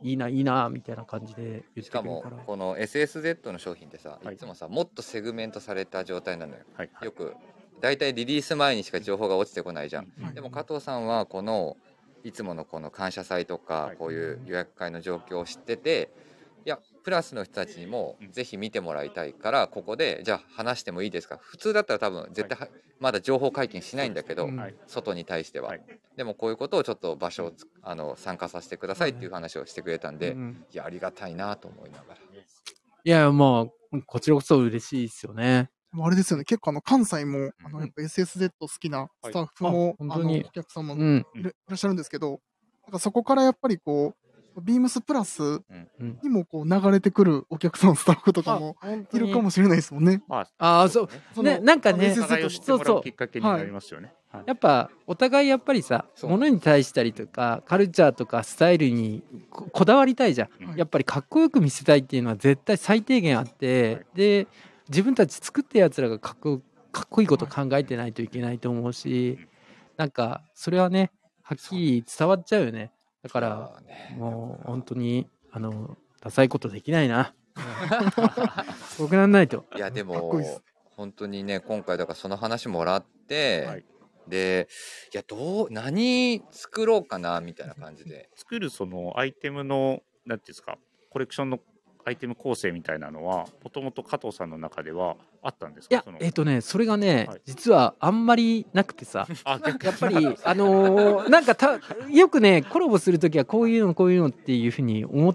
いいないいなみたいな感じで言ってくるから。 しかもこの SSZ の商品ってさ、いつもさもっとセグメントされた状態なのよ、よくだいたいリリース前にしか情報が落ちてこないじゃん、でも加藤さんはこのいつものこの感謝祭とかこういう予約会の状況を知ってて、いやプラスの人たちにもぜひ見てもらいたいからここでじゃあ話してもいいですか。普通だったら多分絶対まだ情報解禁しないんだけど、外に対しては、でもこういうことをちょっと場所を参加させてくださいっていう話をしてくれたんで、いやありがたいなと思いながら。 いやまあこちらこそ嬉しいですよね。 あれですよね、結構関西もやっぱ SSZ 好きなスタッフも、 本当にお客様もいらっしゃるんですけど、なんかそこからやっぱりこうビームスプラスにもこう流れてくるお客さんスタッフとかもいるかもしれないですもんね。 そうね、なんかね、 そうきっかけになりますよね。 やっぱお互いやっぱりさ、ものに対したりとかカルチャーとかスタイルにこだわりたいじゃん。やっぱりかっこよく見せたいっていうのは絶対最低限あって、で自分たち作ったやつらがかっこいいこと考えてないといけないと思うし、なんかそれはねはっきり伝わっちゃうよね。だからもう本当にダサいことできないな。僕なんないと。 いやでも本当にね今回だからその話もらって、でいや何作ろうかなみたいな感じで作るそのアイテムのなんていうんですか、コレクションのアイテム構成みたいなのはもともと加藤さんの中ではあったんですか。 いやそれがね、実はあんまりなくてさ、やっぱりなんかよくねコラボするときはこういうのっていうふうに思って、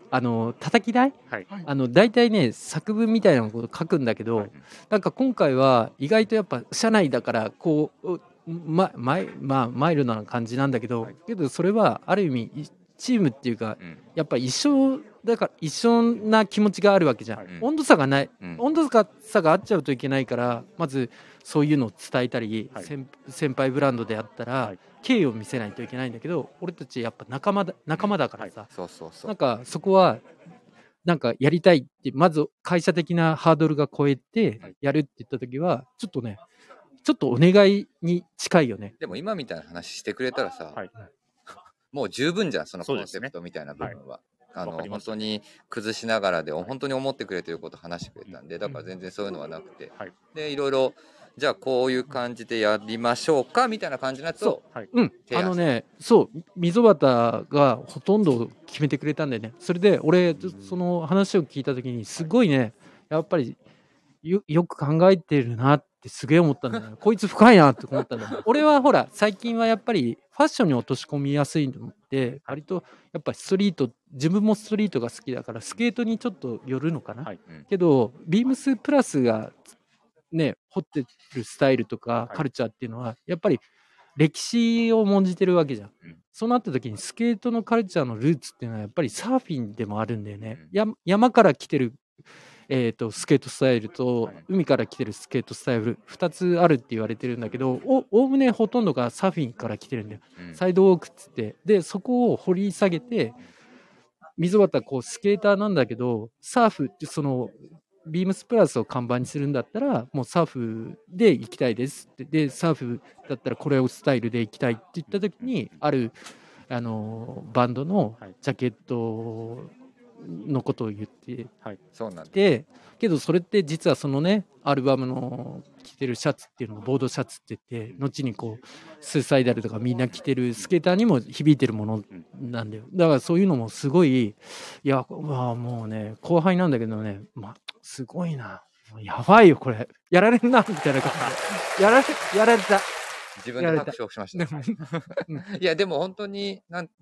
叩き台、大体ね作文みたいなこと書くんだけど、なんか今回は意外とやっぱ社内だからこうマイルドな感じなんだけど、それはある意味チームっていうか、やっぱり一緒だから一緒な気持ちがあるわけじゃん、温度差がない、温度差があっちゃうといけないから、まずそういうのを伝えたり、先輩ブランドであったら、敬意を見せないといけないんだけど、俺たちやっぱ仲間だからさ、なんかそこはなんかやりたいってまず会社的なハードルが超えてやるって言った時はちょっとお願いに近いよね。 でも今みたいな話してくれたらさ、もう十分じゃん、そのコンセプトみたいな部分は。本当に崩しながらで本当に思ってくれてることを話してくれたんで、だから全然そういうのはなくて、でいろいろじゃあこういう感じでやりましょうかみたいな感じのやつをそう溝端がほとんど決めてくれたんでね。それで俺その話を聞いた時にすごいね、やっぱりよく考えてるなってすげえ思ったんだよ。こいつ深いなって思ったんだよ。俺はほら最近はやっぱりファッションに落とし込みやすいので、割とやっぱりストリート、自分もストリートが好きだからスケートにちょっと寄るのかな、けどビームスプラスがね掘ってるスタイルとかカルチャーっていうのはやっぱり歴史を重んじてるわけじゃん、そうなった時にスケートのカルチャーのルーツっていうのはやっぱりサーフィンでもあるんだよね、山から来てるスケートスタイルと海から来てるスケートスタイル2つあるって言われてるんだけど、おおむねほとんどがサーフィンから来てるんだよ、サイドウォークっつって。でそこを掘り下げて、溝端こうスケーターなんだけどサーフってそのビームスプラスを看板にするんだったらもうサーフで行きたいですって、でサーフだったらこれをスタイルで行きたいって言った時にあるバンドのジャケットのことを言ってて、けどそれって実はそのねアルバムの着てるシャツっていうのもボードシャツって言って、後にこうスーサイダルとかみんな着てるスケーターにも響いてるものなんだよ。だからそういうのもすごい、いやもうね後輩なんだけどね、すごいな、やばいよこれやられるなみたいな感じでやられた。 自分で拍手をしました。いやでも本当に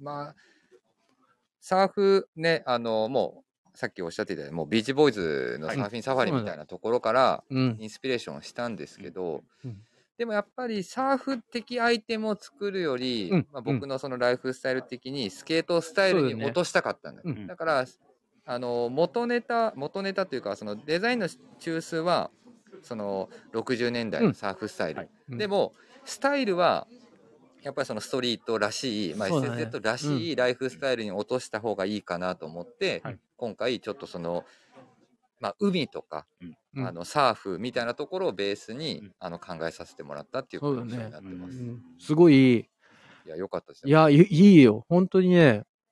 サーフね、もうさっきおっしゃっていたようにもうビーチボーイズのサーフィンサファリみたいなところからインスピレーションしたんですけど、でもやっぱりサーフ的アイテムを作るより、僕のそのライフスタイル的にスケートスタイルに落としたかったんだよ。だから元ネタというかそのデザインの中枢はその60年代のサーフスタイル、でもスタイルはやっぱりそのストリートらしい、SSZ らしいライフスタイルに落とした方がいいかなと思って、今回ちょっとその、海とか、サーフみたいなところをベースに考えさせてもらったっていうことになってます。 すごい、 いや良かったですね。 いやいいよ本当にね。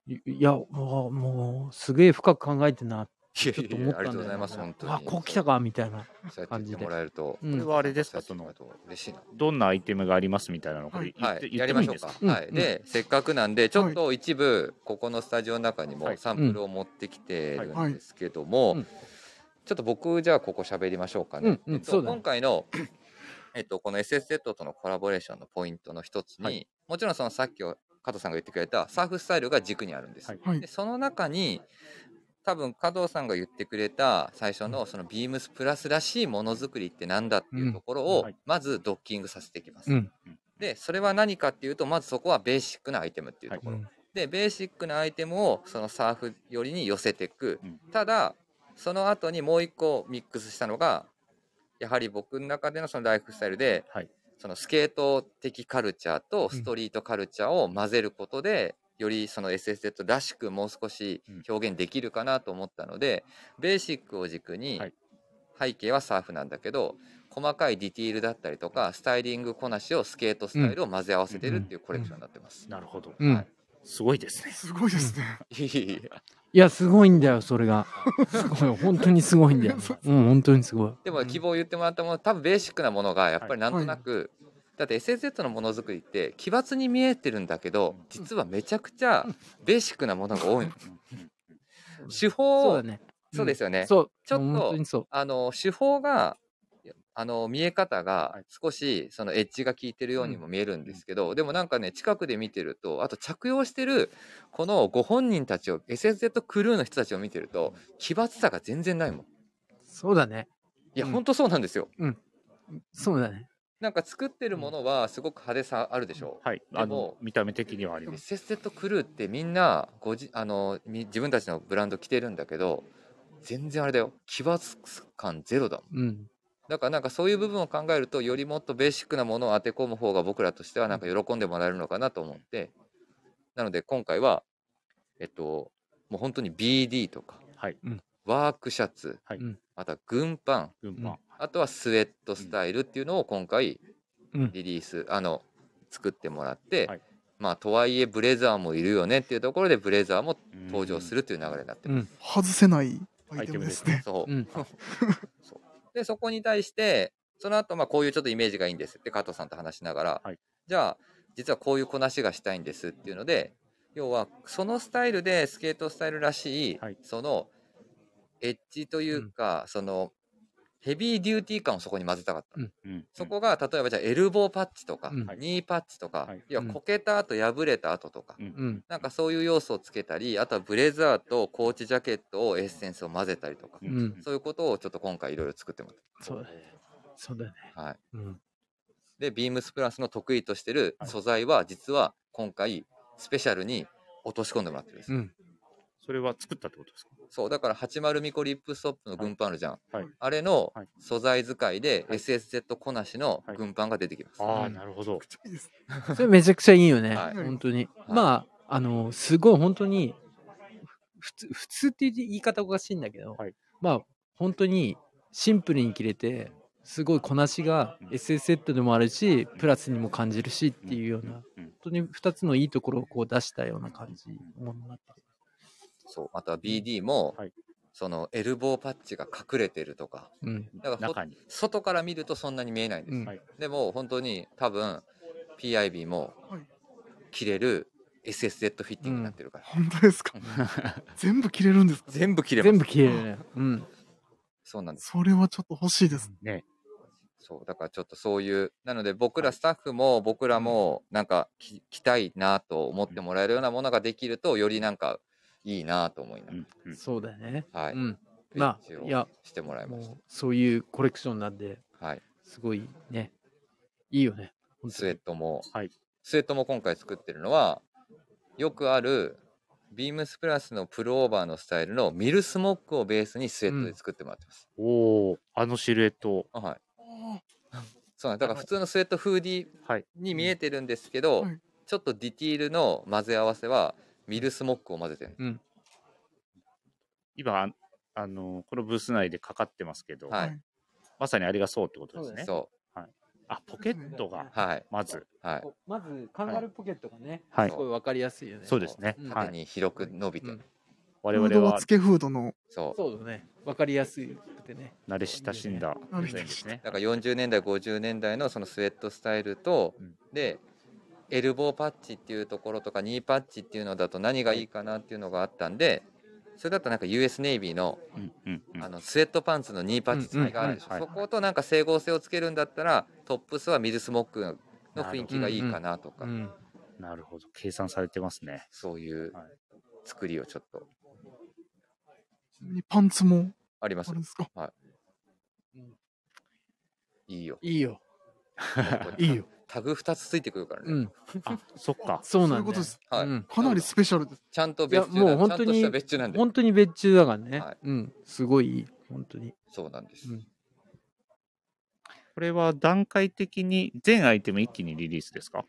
いや、もう、すげえ深く考えてんな、ちょっと思ったんだよね。 ありがとうございます、本当に。 あ、こう来たか、みたいなそうやって感じで。 言ってもらえると。 これはあれですか、 嬉しいな。 どんなアイテムがありますみたいなのをこれ言ってもいいんですか？ はい。で、せっかくなんで、ちょっと一部、ここのスタジオの中にもサンプルを持ってきてるんですけども、ちょっと僕、じゃあここ喋りましょうかね。今回の、この SSZ とのコラボレーションのポイントの一つに、もちろんそのさっき加藤さんが言ってくれたサーフスタイルが軸にあるんです。でその中に多分加藤さんが言ってくれた最初のそのビームスプラスらしいものづくりってなんだっていうところをまずドッキングさせていきます。でそれは何かっていうと、まずそこはベーシックなアイテムっていうところ、でベーシックなアイテムをそのサーフ寄りに寄せていく。ただその後にもう一個ミックスしたのが、やはり僕の中でのそのライフスタイルで、そのスケート的カルチャーとストリートカルチャーを混ぜることで、よりその SSZ らしくもう少し表現できるかなと思ったので、ベーシックを軸に背景はサーフなんだけど、細かいディティールだったりとかスタイリングこなしをスケートスタイルを混ぜ合わせてるっていうコレクションになってます。 なるほど。すごいですね。 すごいですね。 いや、すごいんだよ、それが。すごい、本当にすごいんだよ。本当にすごい。 でも希望を言ってもらったもの、多分ベーシックなものがやっぱりなんとなく、だって SSZ のものづくりって奇抜に見えてるんだけど、実はめちゃくちゃベーシックなものが多いの。手法を、そうですよね。ちょっと手法が見え方が少しそのエッジが効いてるようにも見えるんですけど、でもなんかね、近くで見てると、あと着用してるこのご本人たちを SSZ クルーの人たちを見てると奇抜さが全然ないもん。 そうだね。 いや、ほんとそうなんですよ。 そうだね。 なんか作ってるものはすごく派手さあるでしょう。 はい。でも見た目的にはあります。 SSZ クルーってみんな自分たちのブランド着てるんだけど、全然あれだよ、奇抜感ゼロだもん。だからなんかそういう部分を考えると、よりもっとベーシックなものを当て込む方が僕らとしてはなんか喜んでもらえるのかなと思って、なので今回はもう本当に BD とか、ワークシャツ、あとは軍パン、あとはスウェットスタイルっていうのを今回リリース作ってもらって、まあとはいえブレザーもいるよねっていうところでブレザーも登場するという流れになってます。 外せないアイテムですね。 そうでそこに対してその後こういうちょっとイメージがいいんですって加藤さんと話しながら、じゃあ実はこういうこなしがしたいんですっていうので、要はそのスタイルでスケートスタイルらしい、そのエッジというか、そのヘビーデューティー感をそこに混ぜたかった。そこが例えばじゃあエルボーパッチとか、ニーパッチとか、要はこけた後破れた後とか、なんかそういう要素をつけたり、あとはブレザーとコーチジャケットをエッセンスを混ぜたりとか、そういうことをちょっと今回いろいろ作ってもらった。 そうだね。そうだね。 はい。でビームスプラスの得意としてる素材は実は今回スペシャルに落とし込んでもらってるんです。 それは作ったってことですか？ そうだから80ミコリップストップの軍パンあるじゃん、あれの素材使いで SSZ こなしの軍パンが出てきます。 ああ、なるほど。 それめちゃくちゃいいよね、本当に。まあすごい本当に普通っていう言い方おかしいんだけど、まあ本当にシンプルに切れてすごいこなしが SSZ でもあるし、プラスにも感じるしっていうような、本当に2つのいいところをこう出したような感じのものになってる。 そう、あとは BD も、そのエルボーパッチが隠れてるとか、だから外から見るとそんなに見えないんです、でも本当に多分 PIB も着れる SSZ フィッティングになってるから。 本当ですか？全部着れるんですか？ 全部着れます。 全部着れるね。 そうなんです。 それはちょっと欲しいですね。 そうだからちょっとそういう、なので僕らスタッフも僕らもなんか着たいなと思ってもらえるようなものができると、よりなんかいいなと思いながら。 そうだよね。 はい。 まあいやしてもらいました。 そういうコレクションなんで、すごいね、いいよね。 スウェットも、スウェットも今回作ってるのはよくあるビームスプラスのプルオーバーのスタイルのミルスモックをベースにスウェットで作ってもらってます。 おお、シルエット。 はい。そうなんだから普通のスウェットフーディーに見えてるんですけど、ちょっとディティールの混ぜ合わせはミルスモックを混ぜてる。 今このブース内でかかってますけど、まさにあれがそうってことですね。 そう。 ポケットが、まず。 まず、カンガルーポケットがね、すごい分かりやすいよね。 そうですね。 縦に広く伸びて。 我々は。 付けフードの。 そうだね。分かりやすくてね。 慣れ親しんだデザインですね。 だから40年代、50年代のそのスウェットスタイルと、で、エルボーパッチっていうところとか、ニーパッチっていうのだと何がいいかなっていうのがあったんで、それだとなんか US ネイビーのスウェットパンツのニーパッチ付きがあるでしょ。そことなんか整合性をつけるんだったらトップスはミルスモックの雰囲気がいいかなとか。 なるほど、計算されてますね。 そういう作りをちょっと。 パンツもあります。 はい。 いいよ。 いいよ。いいよ。 タグ2つついてくるからね。 そっか。 そうなんだ。 はい。 かなりスペシャルです。 ちゃんと別注。 もう本当に別注なんで。 本当に別注だからね。すごいいい。本当に。 そうなんです。 これは段階的に全アイテム一気にリリースですか？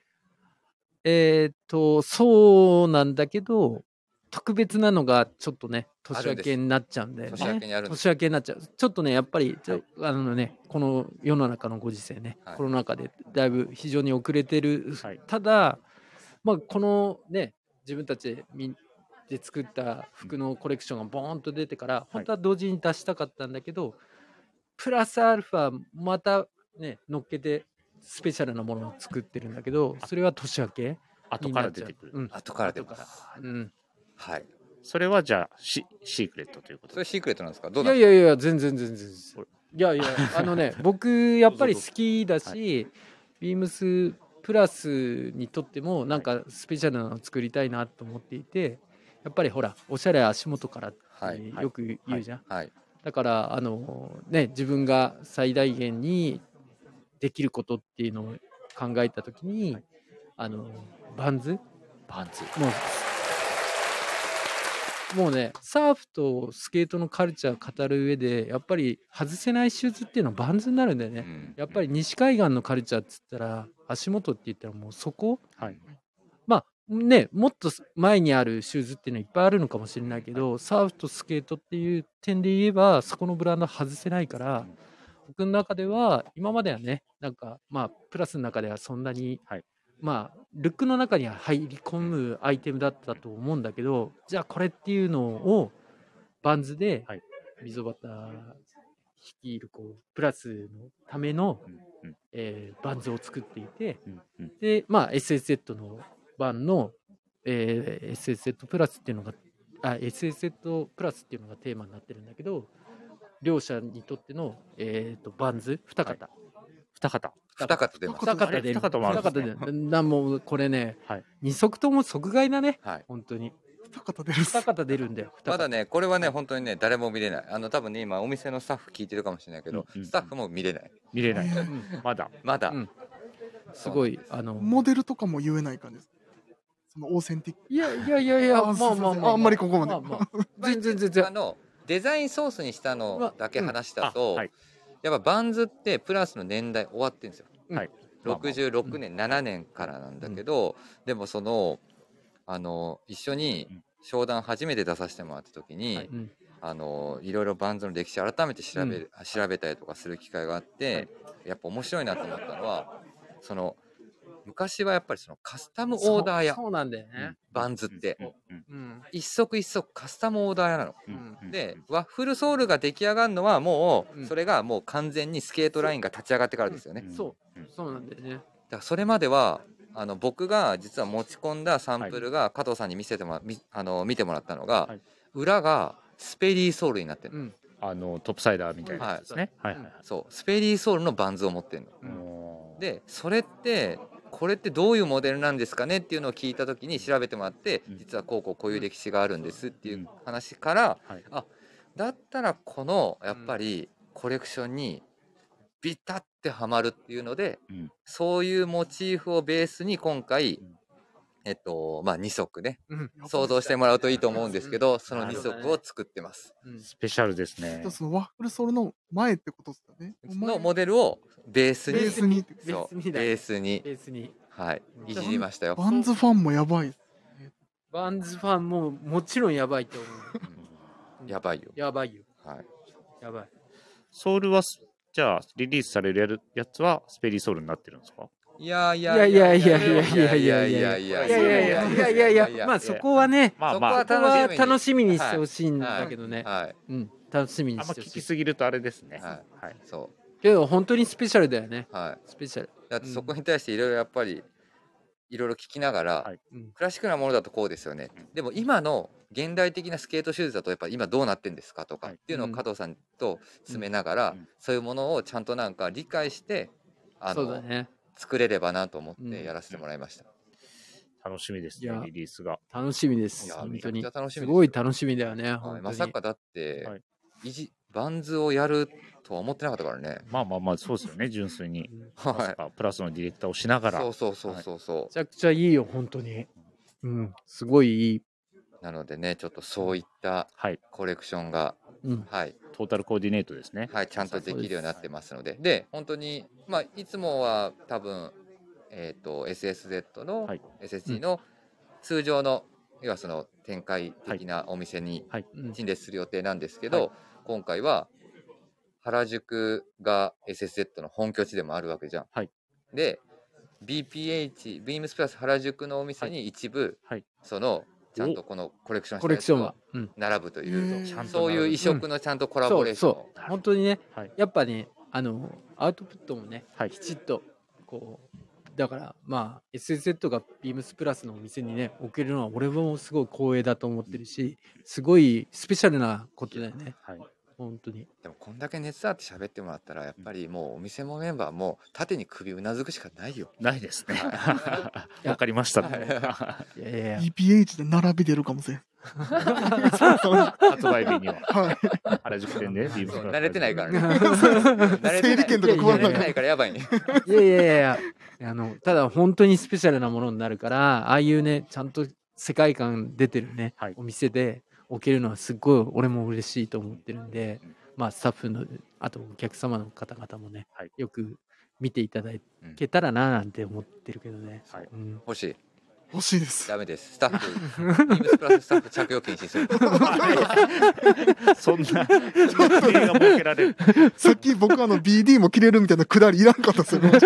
そうなんだけど、特別なのがちょっとね、年明けになっちゃうんで、 年明けにあるんです。 年明けになっちゃう。ちょっとね、やっぱり、この世の中のご時世ね、コロナ禍でだいぶ非常に遅れてる。ただ、このね、自分たちで作った服のコレクションがボーンと出てから、本当は同時に出したかったんだけど、プラスアルファまたね、乗っけてスペシャルなものを作ってるんだけど、それは年明け後から出てくる。 後から出ます。はい。 それはじゃあシークレットということそれシークレットなんですか？どういや全然いや僕やっぱり好きだし、ビームスプラスにとってもなんかスペシャルなのを作りたいなと思っていて、やっぱりほらおしゃれ足元からってよく言うじゃん。だから自分が最大限にできることっていうのを考えたときにバンズもうね、サーフとスケートのカルチャー語る上でやっぱり外せないシューズっていうのはバンズになるんだよね。やっぱり西海岸のカルチャーっつったら足元って言ったらもうそこ、もっと前にあるシューズっていうのはいっぱいあるのかもしれないけど、サーフとスケートっていう点で言えばそこのブランド外せないから、僕の中では今まではね、なんかプラスの中ではそんなに、ルックの中には入り込むアイテムだったと思うんだけど、じゃあこれっていうのをバンズで溝端率いるプラスのためのバンズを作っていて、でSSZ の版のSSZ プラスっていうのがSSZ プラスっていうのがテーマになってるんだけど、両者にとってのバンズ2型出ます。 2型出る。もうこれね、2足とも即買いだね。本当に。2型出るんだよ。 まだね、これはね、本当にね、誰も見れない。多分ね、今お店のスタッフ聞いてるかもしれないけど、スタッフも見れない。まだ。 すごいモデルとかも言えない感じです。そのオーセンティック。 いや、 あんまりここまで。 全然。 デザインソースにしたのだけ話したと、やっぱバンズってプラスの年代終わってるんですよ。66年、7年からなんだけど、でも一緒に商談初めて出させてもらった時に、いろいろバンズの歴史改めて調べたりとかする機会があって、やっぱ面白いなと思ったのは、昔はやっぱりカスタムオーダーやそうなんだよね、 バンズって一足一足カスタムオーダーやなの、でワッフルソールが出来上がるのはもうそれがもう完全にスケートラインが立ち上がってからですよね、 そうなんだよね。だからそれまでは僕が実は持ち込んだサンプルが加藤さんに見てもらったのが、裏がスペリーソールになってるの、 トップサイダーみたいなやつですね。 そうスペリーソールのバンズを持ってるの、でそれってこれってどういうモデルなんですかねっていうのを聞いた時に調べてもらって、実はこういう歴史があるんですっていう話から、だったらこのやっぱりコレクションにビタッてはまるっていうので、そういうモチーフをベースに今回2足ね、想像してもらうといいと思うんですけど、その2足を作ってます。 スペシャルですね。 そのワッフルソールの前ってことですかね。 のモデルをベースにはいいじりましたよ。 バンズファンもやばい。 バンズファンももちろんやばいと思う。 やばいよ。 やばいよ。 はい。 やばい。 ソールはじゃあリリースされるやつはスペリーソウルになってるんですか？ いやいやいやいやいやいやいやいやいやいやいや、まあそこはね、そこは楽しみにしてほしいんだけどね。楽しみにしてほしい。 あんま聞きすぎるとあれですね。 はい。そう。 けど本当にスペシャルだよね。 はい。 スペシャル。 だってそこに対していろいろやっぱりいろいろ聞きながら、クラシックなものだとこうですよね。でも今の現代的なスケートシューズだとやっぱ今どうなってんですかとかっていうのを加藤さんと詰めながら、そういうものをちゃんとなんか理解してそうだね。 作れればなと思ってやらせてもらいました。 楽しみですね、リリースが。 楽しみです。本当に。すごい楽しみだよね。 まさかだって、バンズをやるとは思ってなかったからね。 まあ、そうですよね、純粋に。プラスのディレクターをしながら。 そう。めちゃくちゃいいよ、本当に。すごいいい。 なのでね、ちょっとそういったコレクションが、 トータルコーディネートですね。 ちゃんとできるようになってますので。で、本当に、いつもは多分、SSZ の SSG の通常の、要はその展開的なお店に陳列する予定なんですけど、今回は原宿が SSZ の本拠地でもあるわけじゃん。で、BPH、ビームスプラス原宿のお店に一部、その、ちゃんとこのコレクションしたやつが並ぶという、そういう異色のちゃんとコラボレーション。 そう、本当にね、やっぱね、アウトプットもね、きちっと、こう、だからまあ SSZ がビームスプラスのお店にね置けるのは俺もすごい光栄だと思ってるし、すごいスペシャルなことだよね。本当に。 でもこんだけ熱あって喋ってもらったらやっぱりもうお店もメンバーも縦に首うなずくしかないよ。 ないですね。わかりました。 BPH で並び出るかもしれん。 発売日には原宿店で慣れてないからね。整理券とか配らないからやばいね。 いやただ本当にスペシャルなものになるから、ああいうねちゃんと世界観出てるねお店で置けるのはすっごい俺も嬉しいと思ってるんで、まあスタッフのあとお客様の方々もねよく見ていただけたらななんて思ってるけどね。 欲しい。 欲しいです。 ダメです。スタッフ、ビームスプラススタッフ着用禁止する。 そんな規定が設けられる。 さっき僕BD も切れるみたいなくだりいらんかったですよね。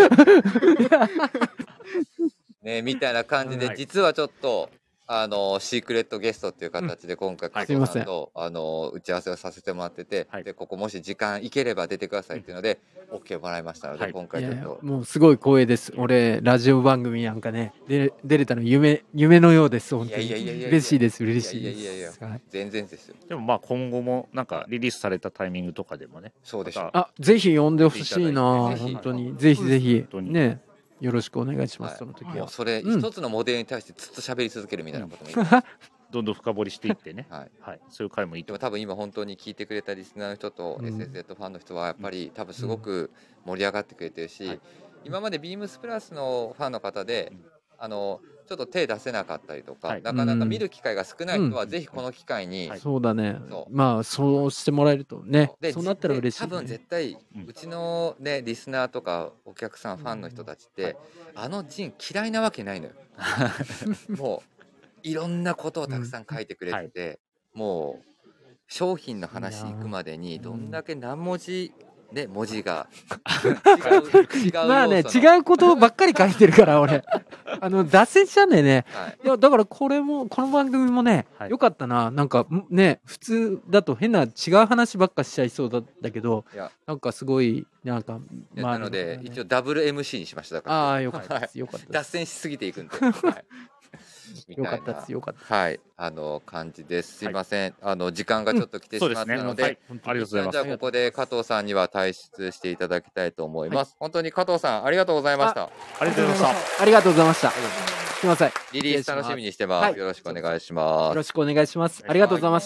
ね、みたいな感じで、実はちょっとシークレットゲストっていう形で今回加藤さんと打ち合わせをさせてもらってて、でここもし時間いければ出てくださいっていうので OK もらいましたので、今回ちょっともうすごい光栄です。俺ラジオ番組なんかね出れたの夢のようです。本当に嬉しいです。嬉しいです。 全然ですよ。 でもまあ今後もなんかリリースされたタイミングとかでもね、 そうでしょ。 ぜひ呼んでほしいな。本当にぜひね。よろしくお願いします。その時は。 それ一つのモデルに対してずっと喋り続けるみたいなこともいい。 どんどん深掘りしていってね。そういう回もいいと。 でも多分今本当に聞いてくれたリスナーの人と SSZ ファンの人はやっぱり多分すごく盛り上がってくれてるし、今までビームスプラスのファンの方でちょっと手出せなかったりとか、なかなか見る機会が少ない人はぜひこの機会に、 そうだね。まあそうしてもらえるとね、そうなったら嬉しい。 多分絶対うちのねリスナーとかお客さんファンの人たちってジン嫌いなわけないのよ。もういろんなことをたくさん書いてくれてて、もう商品の話行くまでにどんだけ何文字で文字が違うまあね、違うことばっかり書いてるから俺脱線しちゃうんだよね。いやだからこの番組もねよかったな。なんかね普通だと変な違う話ばっかしちゃいそうだけど、なんかすごいなんかなので一応ダブル MC にしました。だからああよかったです。よかったです。 脱線しすぎていくんで。 よかったです。よかった。 はい、感じです。すいません、時間がちょっと来てしまったので、 ありがとうございます。 じゃあここで加藤さんには退出していただきたいと思います。本当に加藤さんありがとうございました。 ありがとうございました。 ありがとうございました。すいません。 リリース楽しみにしてます。よろしくお願いします。 よろしくお願いします。ありがとうございました。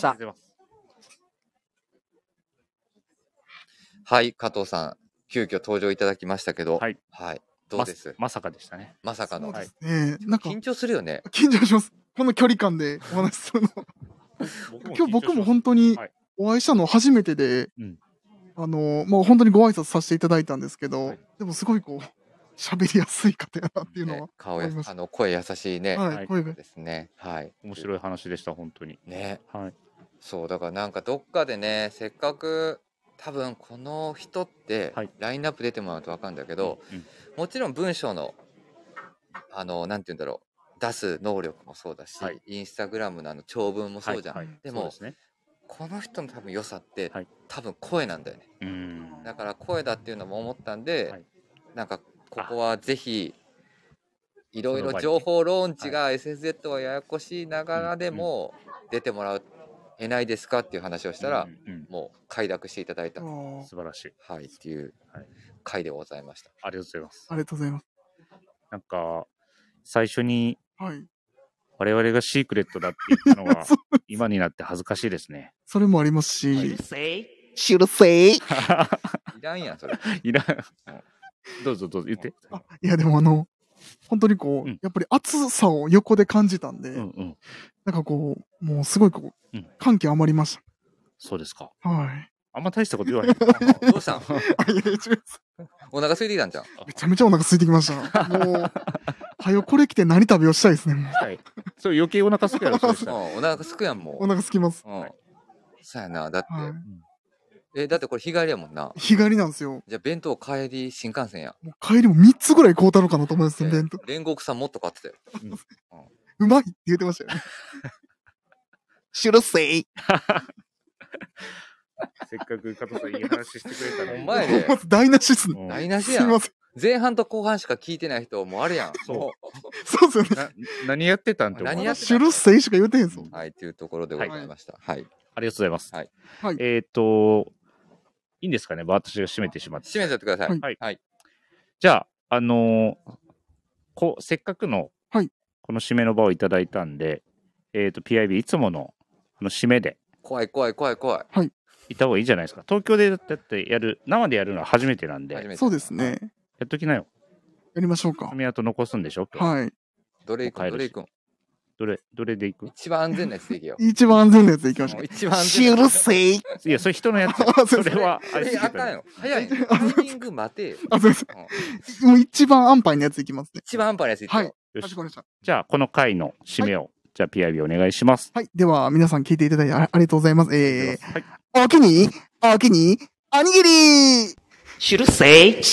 はい、加藤さん急遽登場いただきましたけど、はい。どうです？ まさかでしたね。 まさかの。 そうですね。なんか緊張するよね。 緊張します。この距離感でお話しするの。今日僕も本当にお会いしたの初めてで、もう本当にご挨拶させていただいたんですけど、でもすごいこう喋りやすい方やなっていうのは、 声優しいね。 声がですね。はい。 面白い話でした本当に。 ね。 はい。 そうだからなんかどっかでね、せっかく多分この人ってラインナップ出てもらうと分かるんだけど、もちろん文章のなんて言うんだろう、出す能力もそうだし、インスタグラムの長文もそうじゃん。でもこの人の多分良さって、多分声なんだよね。だから声だっていうのも思ったんで、なんかここはぜひいろいろ情報ローンチが SSZ はややこしいながらでも出てもらえないですかっていう話をしたら、もう快諾していただいた。 素晴らしい。 はい、っていう回でございました。 ありがとうございます。 ありがとうございます。 なんか最初に我々がシークレットだって言ったのは今になって恥ずかしいですね。 それもありますし、シュルセイいらんやんそれ。 いらん。どうぞ言って。 いやでも本当にこう、やっぱり熱さを横で感じたんで、なんかこうもうすごいこう、感極まりました。 そうですか。 はい。 あんま大したこと言わへん。 どうしたん？お腹空いてきたんじゃん。 めちゃめちゃお腹空いてきました。もうはよこれ来て何食べようしたいですね。 はい。それ余計お腹空くやろ。 お腹空くやんもう。 お腹空きます。 そうやな。だってだってこれ日帰りやもんな。 日帰りなんですよ。 じゃあ弁当帰り新幹線や。 もう帰りも3つぐらい買うたのかなと思います弁当。 煉獄さんもっと買ってたよ。 うまいって言ってましたよね。シュルセイ。 せっかく加藤さんいい話してくれたのに。 お前で。 台無しっすね。 台無しやん。すいません。前半と後半しか聞いてない人もうあるやん。 そうですよね。 何やってたんって。 何やってたん。 シュルセイしか言うてへんぞ。 はい、というところでございました。はい。 ありがとうございます。 はい。 いいんですかね、私が締めてしまって。 締めちゃってください。はい。 じゃあ、せっかくの、この締めの場をいただいたんで、PIB いつもの、締めで。 怖い。はい。 いた方がいいじゃないですか。東京でだって生でやるのは初めてなんで。 そうですね。 やっときなよ。 やりましょうか。 爪痕残すんでしょ。 はい。 どれ行くんどれで行く？ 一番安全なやつで行けよ。 一番安全なやつで行きましょう。 一番安全。シュルセイ。 いや、それ人のやつ。それは、 あかんよ。早い。タイミング待てよ。 もう一番安牌のやついきますね。 一番安牌のやついってよ。 はい。かしこまりました。 じゃあ、この回の締めを、じゃあ PIB お願いします。 はい。では、皆さん聞いていただいてありがとうございます。おおきに、おにぎりシュルセイ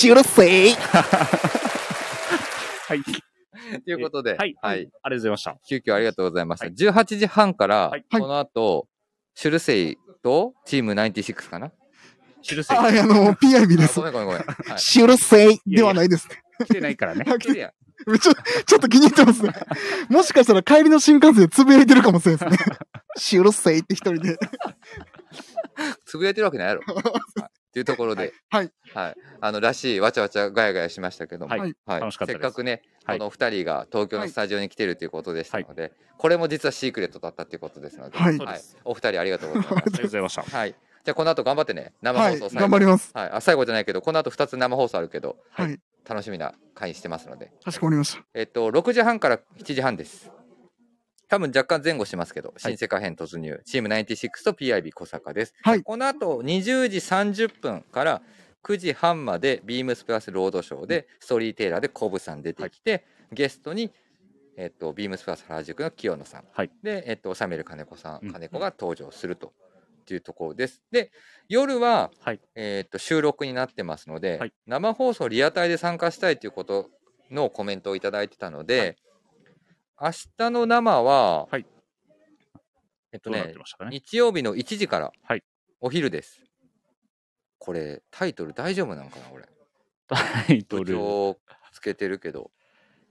はい。 ということで、 はい。ありがとうございました。 急遽ありがとうございました。18時半から、この後、シュルセイとチーム96かな？ シュルセイ。 PIB です。 ごめん。 シュルセイではないですね。 来てないからね。 来てるやん。 ちょっと気に入ってますね。もしかしたら帰りの新幹線でつぶやいてるかもしれないですね。シュルセイって一人で。 つぶやいてるわけないやろ。というところで、はい。らしいわちゃわちゃガヤガヤしましたけども、はい。せっかくね、この2人が東京のスタジオに来てるということでしたので、これも実はシークレットだったということですので、はい。お二人ありがとうございます。 ありがとうございました。 はい。じゃあこの後頑張ってね、生放送頑張ります。 はい。最後じゃないけど、この後2つ生放送あるけど、はい。楽しみな回にしてますので。 かしこまりました。 6時半から7時半です。多分若干前後しますけど、新世界編突入、チーム96と PIB 小坂です。はい。この後20時30分から9時半までビームスプラスロードショーでストーリーテイラーでコブさん出てきて、ゲストにビームスプラス原宿の清野さん、でサミュエル金子さん、金子が登場するというところです。で、夜は収録になってますので、生放送リアタイで参加したいということのコメントをいただいてたので。明日の生は、日曜日の1時から、お昼です。これ、タイトル大丈夫なのかな、俺。 タイトル。 部長つけてるけど。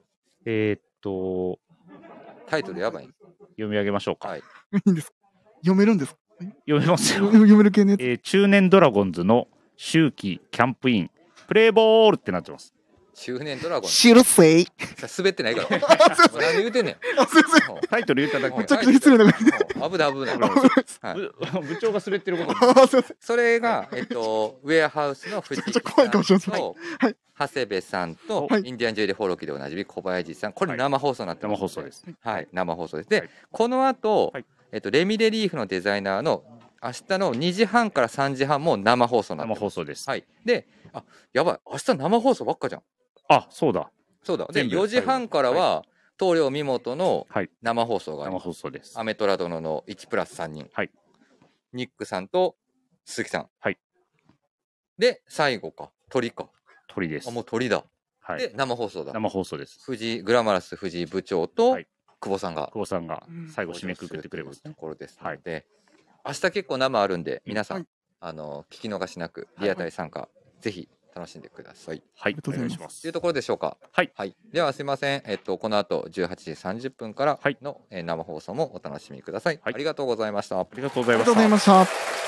タイトルやばい。 読み上げましょうか。 いいんですか？読めるんですか？ 読めますよ。 読める系のやつ。 中年ドラゴンズの秋季キャンプイン、プレーボールってなってます。 中年ドラゴン。 シュルセイ。 滑ってないから。何言うてんねん。 タイトル言っただけ。 めちゃくちゃ失礼な。 危ない。 部長が滑ってること。 それがウェアハウスの藤井さんと長谷部さんとインディアンジュエリー放浪記でおなじみ小林さん。これ生放送になってます。 生放送です。 はい、生放送です。で、この後レミレリーフのデザイナーの明日の2時半から3時半も生放送になってます。 生放送です。 はい。で、やばい。明日生放送ばっかじゃん。 あ、そうだ。 で、4時半からは、棟梁見本の生放送があります。 生放送です。 アメトラ殿の1+3人。 はい。 ニックさんと鈴木さん。 はい。 で、最後か。鳥か。 鳥です。 もう鳥だ。 はい。 で、生放送だ。 生放送です。 グラマラス藤井部長と、久保さんが最後締めくくってくれますところですので、明日結構生あるんで、皆さん、聞き逃しなく、リアタイ参加、ぜひ楽しんでください。 はい、お願いします。 というところでしょうか。 はい。 では、すいません。この後、18時30分からの生放送もお楽しみください。ありがとうございました。 ありがとうございました。